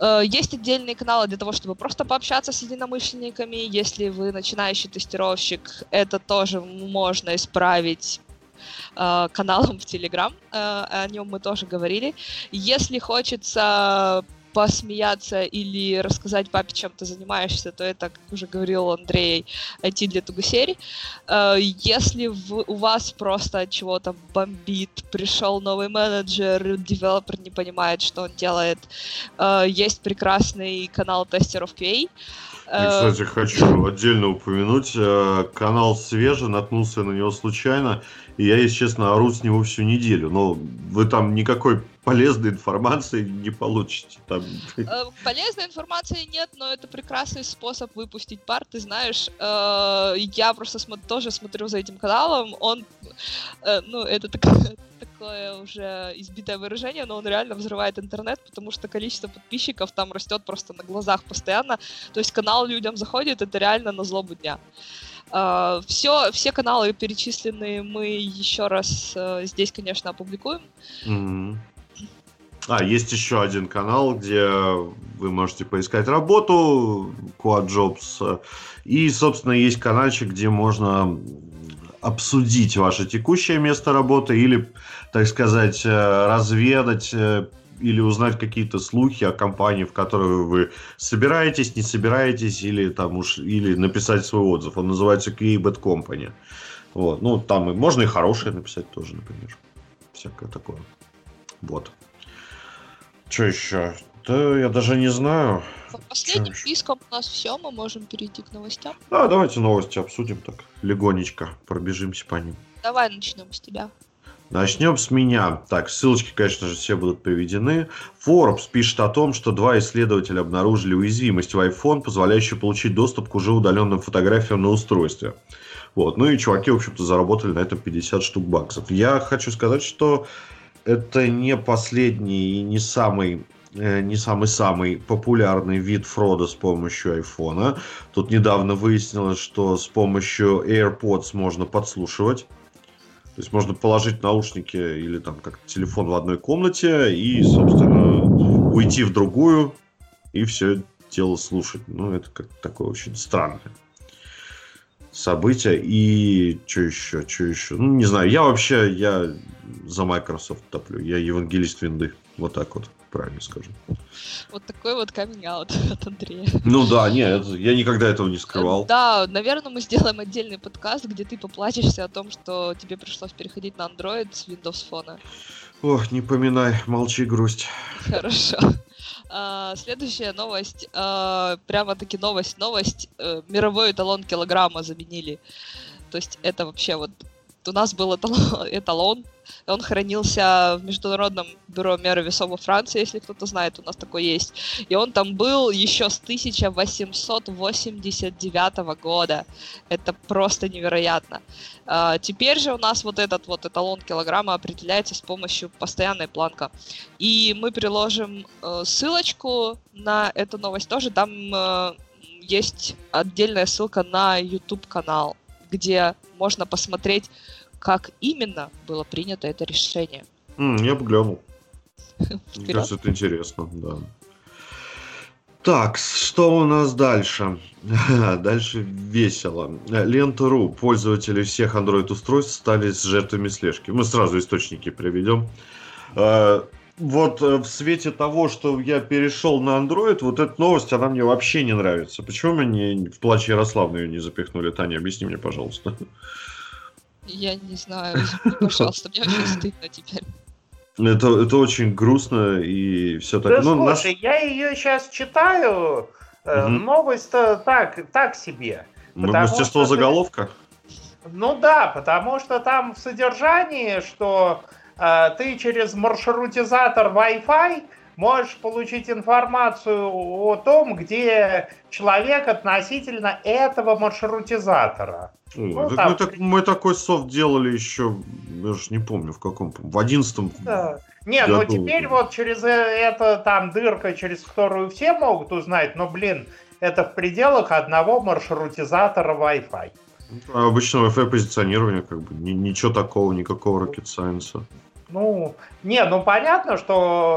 Есть отдельные каналы для того, чтобы просто пообщаться с единомышленниками. Если вы начинающий тестировщик, это тоже можно исправить каналом в Telegram. О нем мы тоже говорили. Если хочется посмеяться или рассказать папе, чем ты занимаешься, то это, как уже говорил Андрей, IT для тугосерий. Если у вас просто от чего-то бомбит, пришел новый менеджер, девелопер не понимает, что он делает, есть прекрасный канал тестеров QA. Я, кстати, хочу отдельно упомянуть, канал свежий, наткнулся на него случайно, и я, если честно, ору с него всю неделю, но вы там никакой полезной информации не получите. Там. Полезной информации нет, но это прекрасный способ выпустить пар, ты знаешь, я просто тоже смотрю за этим каналом, он, это такое уже избитое выражение, но он реально взрывает интернет, потому что количество подписчиков там растет просто на глазах постоянно, то есть канал людям заходит, это реально на злобу дня. Все каналы перечисленные мы еще раз здесь, конечно, опубликуем. Mm-hmm. Есть еще один канал, где вы можете поискать работу, Quad Jobs, и, собственно, есть каналчик, где можно обсудить ваше текущее место работы или, так сказать, разведать или узнать какие-то слухи о компании, в которую вы собираетесь, не собираетесь, или написать свой отзыв. Он называется QA Bad Company. Вот. Там можно и хорошее написать тоже, например. Всякое такое. Вот. Что еще? Да я даже не знаю. По последним спискам у нас все, мы можем перейти к новостям. Да, давайте новости обсудим так легонечко, пробежимся по ним. Давай начнем с тебя. Начнем с меня. Так, ссылочки, конечно же, все будут приведены. Forbes пишет о том, что 2 исследователя обнаружили уязвимость в iPhone, позволяющую получить доступ к уже удаленным фотографиям на устройстве. Вот. И чуваки, в общем-то, заработали на этом 50 штук баксов. Я хочу сказать, что это не последний и не самый популярный вид фрода с помощью айфона. Тут недавно выяснилось, что с помощью AirPods можно подслушивать. То есть можно положить наушники или там как телефон в одной комнате и, собственно, уйти в другую и все дело слушать. Это как такое очень странное событие. И что еще? Не знаю. Я за Microsoft топлю. Я евангелист винды. Вот так вот, правильно скажу. Вот такой вот каминг-аут от Андрея. Я никогда этого не скрывал. Да, наверное, мы сделаем отдельный подкаст, где ты поплачешься о том, что тебе пришлось переходить на Android с Windows Phone. Ох, не поминай, молчи, грусть. Хорошо. Следующая новость, прямо-таки новость. Мировой эталон килограмма заменили. То есть это вообще у нас был эталон, он хранился в Международном бюро меры весов во Франции, если кто-то знает, у нас такой есть. И он там был еще с 1889 года. Это просто невероятно. Теперь же у нас этот эталон килограмма определяется с помощью постоянной планки. И мы приложим ссылочку на эту новость тоже. Там есть отдельная ссылка на YouTube-канал, где можно посмотреть, как именно было принято это решение. Я бы глянул. Мне кажется, это интересно, да. Так, что у нас дальше? Дальше весело. Лента.ру. Пользователи всех Android-устройств стали жертвами слежки. Мы сразу источники приведем. В свете того, что я перешел на Android, эта новость, она мне вообще не нравится. Почему мне в плач Ярославны ее не запихнули? Таня, объясни мне, пожалуйста. Я не знаю, пожалуйста, мне очень стыдно теперь. Это очень грустно и все так. Да слушай, я ее сейчас читаю, новость-то так себе. Мастерство заголовка? Потому что там в содержании, что ты через маршрутизатор Wi-Fi можешь получить информацию о том, где человек относительно этого маршрутизатора. Мы такой софт делали еще, я же не помню в каком, в 11-м. Да. Теперь через это там дырка, через которую все могут узнать, это в пределах одного маршрутизатора Wi-Fi. Обычно Wi-Fi позиционирование, ничего такого, никакого rocket science. Понятно, что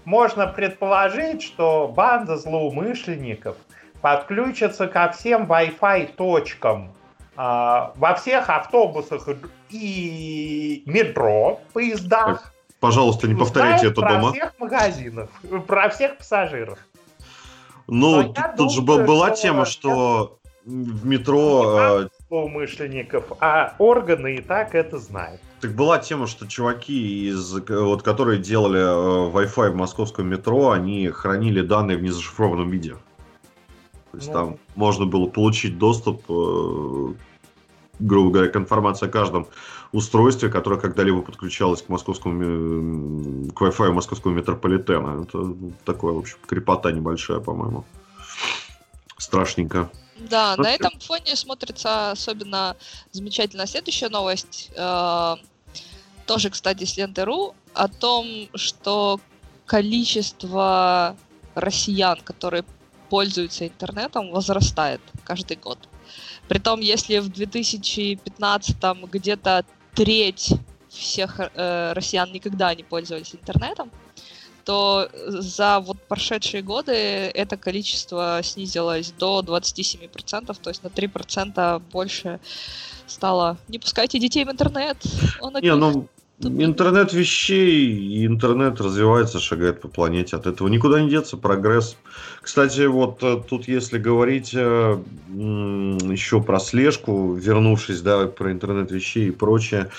можно предположить, что банда злоумышленников подключится ко всем Wi-Fi точкам во всех автобусах и метро, поездах. Пожалуйста, не повторяйте это дома. Про всех магазинов, про всех пассажиров. Ну, тут же была тема, что в метро... злоумышленников, а органы и так это знают. Так была тема, что чуваки, которые делали Wi-Fi в московском метро, они хранили данные в незашифрованном виде. То есть там можно было получить доступ, грубо говоря, к информации о каждом устройстве, которое когда-либо подключалось к Wi-Fi московского метрополитена. Это такое, в общем, крепота небольшая, по-моему. Страшненько. Да, на этом фоне смотрится особенно замечательно следующая новость. Тоже, кстати, с ленты.ру, о том, что количество россиян, которые пользуются интернетом, возрастает каждый год. Притом, если в 2015-м где-то треть всех россиян никогда не пользовались интернетом, то за вот прошедшие годы это количество снизилось до 27%, то есть на 3% больше стало. Не пускайте детей в интернет. Интернет вещей и интернет развивается, шагает по планете. От этого никуда не деться, прогресс. Кстати, вот тут, если говорить еще про слежку, вернувшись, да, про интернет вещей и прочее,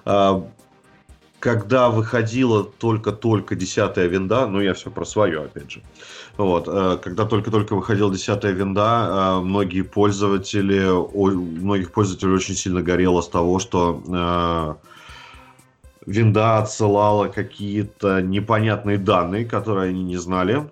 когда выходила только-только 10-я винда, ну я все про свое, опять же, вот, когда только-только выходила 10-я винда, многих пользователей очень сильно горело с того, что винда отсылала какие-то непонятные данные, которые они не знали,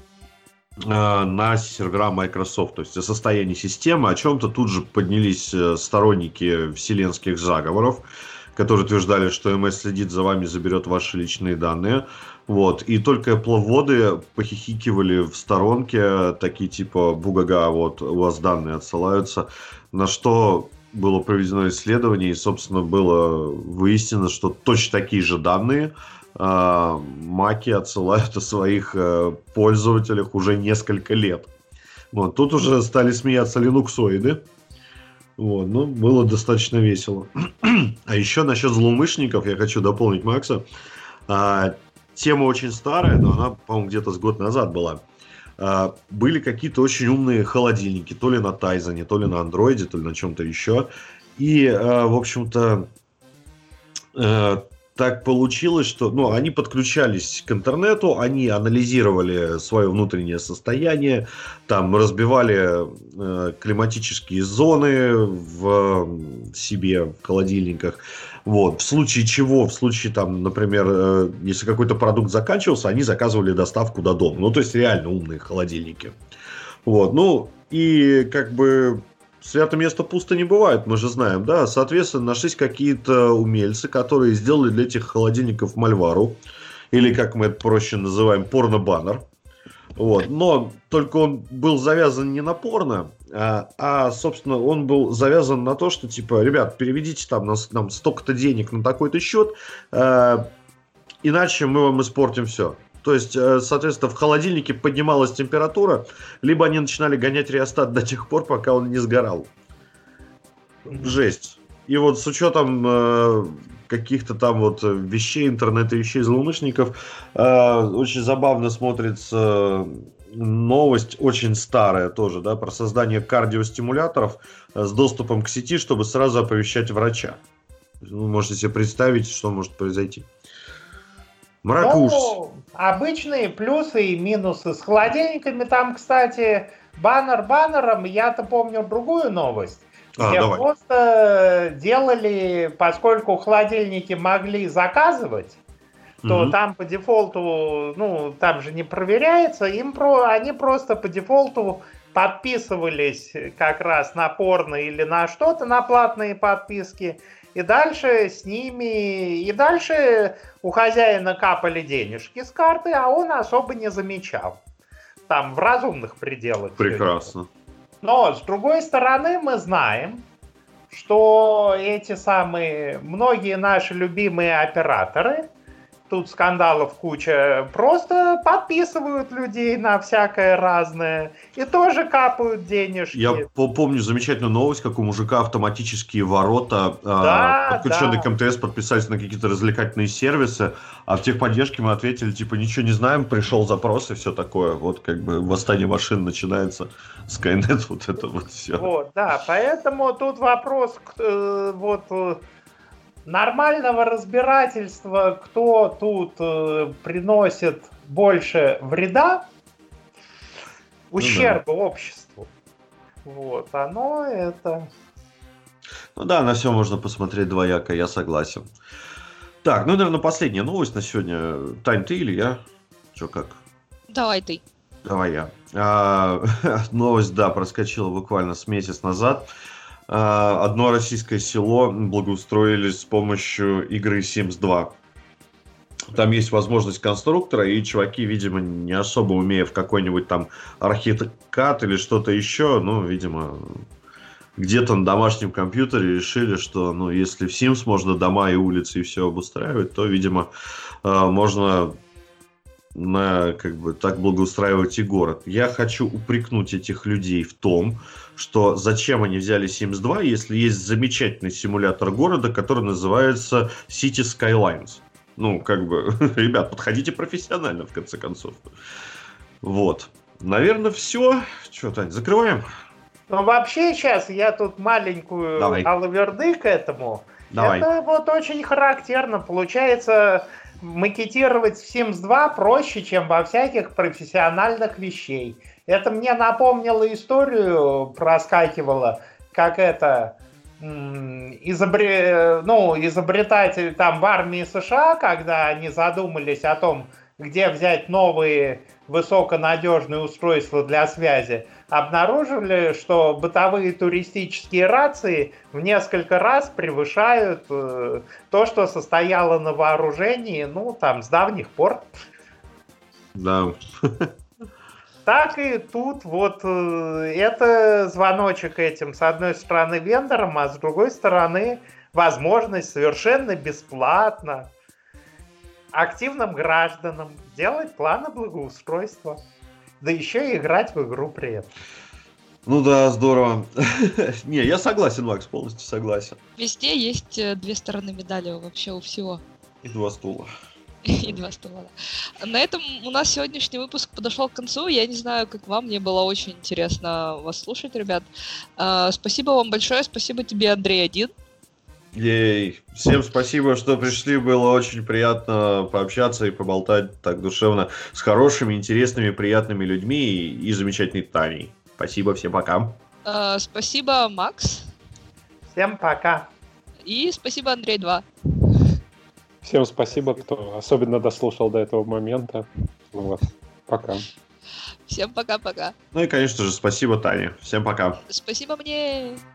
на сервера Microsoft, то есть о состоянии системы, о чем-то тут же поднялись сторонники вселенских заговоров, которые утверждали, что МС следит за вами, заберет ваши личные данные. Вот. И только Apple-воды похихикивали в сторонке, такие типа «Бугага, вот у вас данные отсылаются», на что было проведено исследование, и, собственно, было выяснено, что точно такие же данные маки отсылают о своих пользователях уже несколько лет. Вот. Тут уже стали смеяться линуксоиды. Вот, ну, было достаточно весело. А еще насчет злоумышленников я хочу дополнить Макса. Тема очень старая, но она, по-моему, где-то с год назад была. Были какие-то очень умные холодильники, то ли на Тайзене, то ли на Андроиде, то ли на чем-то еще. И, в общем-то, так получилось, что они подключались к интернету, они анализировали свое внутреннее состояние, там разбивали климатические зоны в себе, в холодильниках. Вот. В случае чего, в случае, там, например, если какой-то продукт заканчивался, они заказывали доставку до дома. Ну, то есть реально умные холодильники. Вот. Ну, и как бы свято место пусто не бывает, мы же знаем, да. Соответственно, нашлись какие-то умельцы, которые сделали для этих холодильников мальвару, или, как мы это проще называем, порно-баннер. Вот. Но только он был завязан не на порно, собственно, он был завязан на то, что, типа, ребят, переведите там нам столько-то денег на такой-то счет, иначе мы вам испортим все. То есть, соответственно, в холодильнике поднималась температура, либо они начинали гонять реостат до тех пор, пока он не сгорал. Жесть. И вот с учетом каких-то там вот вещей, интернет-вещей злоумышленников, очень забавно смотрится новость, очень старая тоже, да, про создание кардиостимуляторов с доступом к сети, чтобы сразу оповещать врача. Вы можете себе представить, что может произойти. Обычные плюсы и минусы с холодильниками. Там, кстати, баннер баннером, я-то помню другую новость. Где просто делали, поскольку холодильники могли заказывать, то там по дефолту, там же не проверяется, они просто по дефолту подписывались как раз на порно или на что-то, на платные подписки. И дальше с ними, у хозяина капали денежки с карты, а он особо не замечал. Там в разумных пределах. Прекрасно. Но, с другой стороны, мы знаем, что эти самые, многие наши любимые операторы тут скандалов куча, просто подписывают людей на всякое разное и тоже капают денежки. Я помню замечательную новость, как у мужика автоматические ворота, подключенные к МТС, подписались на какие-то развлекательные сервисы, а в техподдержке мы ответили, типа, ничего не знаем, пришел запрос и все такое. Вот как бы восстание машин начинается, Skynet, вот это вот все. Вот, да, поэтому тут вопрос, нормального разбирательства, кто тут приносит больше вреда, ущерба обществу. Вот, оно это... Ну да, на все можно посмотреть двояко, я согласен. Так, ну, наверное, последняя новость на сегодня. Тань, ты или я? Че, как? Давай ты. Давай я. Новость, да, проскочила буквально с месяц назад. Одно российское село благоустроили с помощью игры Sims 2. Там есть возможность конструктора, и чуваки, видимо, не особо умея в какой-нибудь там архикад или что-то еще, ну, видимо, где-то на домашнем компьютере решили, что, ну, если в Sims можно дома и улицы и все обустраивать, то, видимо, можно как бы так благоустраивать и город. Я хочу упрекнуть этих людей в том, что зачем они взяли Sims 2, если есть замечательный симулятор города, который называется City Skylines. Ну, как бы, ребят, подходите профессионально, в конце концов. Вот. Наверное, все. Что, Тань, закрываем? Ну, вообще, сейчас я тут маленькую алаверды к этому. Давай. Это вот очень характерно. Получается, макетировать в Sims 2 проще, чем во всяких профессиональных вещей. Это мне напомнило историю, проскакивала, как это... изобретатели там в армии США, когда они задумались о том, где взять новые высоконадежные устройства для связи, обнаружили, что бытовые туристические рации в несколько раз превышают то, что состояло на вооружении, ну, там, с давних пор. Да. Так и тут вот это звоночек этим, с одной стороны, вендорам, а с другой стороны, возможность совершенно бесплатно активным гражданам делать планы благоустройства. Да еще и играть в игру при этом. Ну да, здорово. Не, я согласен, Макс, полностью согласен. Везде есть две стороны медали вообще у всего. И два стула. И два стула, да. На этом у нас сегодняшний выпуск подошел к концу. Я не знаю, как вам, мне было очень интересно вас слушать, ребят. Спасибо вам большое, спасибо тебе, Андрей, один. Ей. Всем спасибо, что пришли. Было очень приятно пообщаться и поболтать так душевно с хорошими, интересными, приятными людьми и замечательной Таней. Спасибо, всем пока. Спасибо, Макс. Всем пока. И спасибо, Андрей 2. Всем спасибо, кто особенно дослушал до этого момента. Вот. Пока. Всем пока-пока. Ну и, конечно же, спасибо, Тане. Всем пока. Спасибо мне.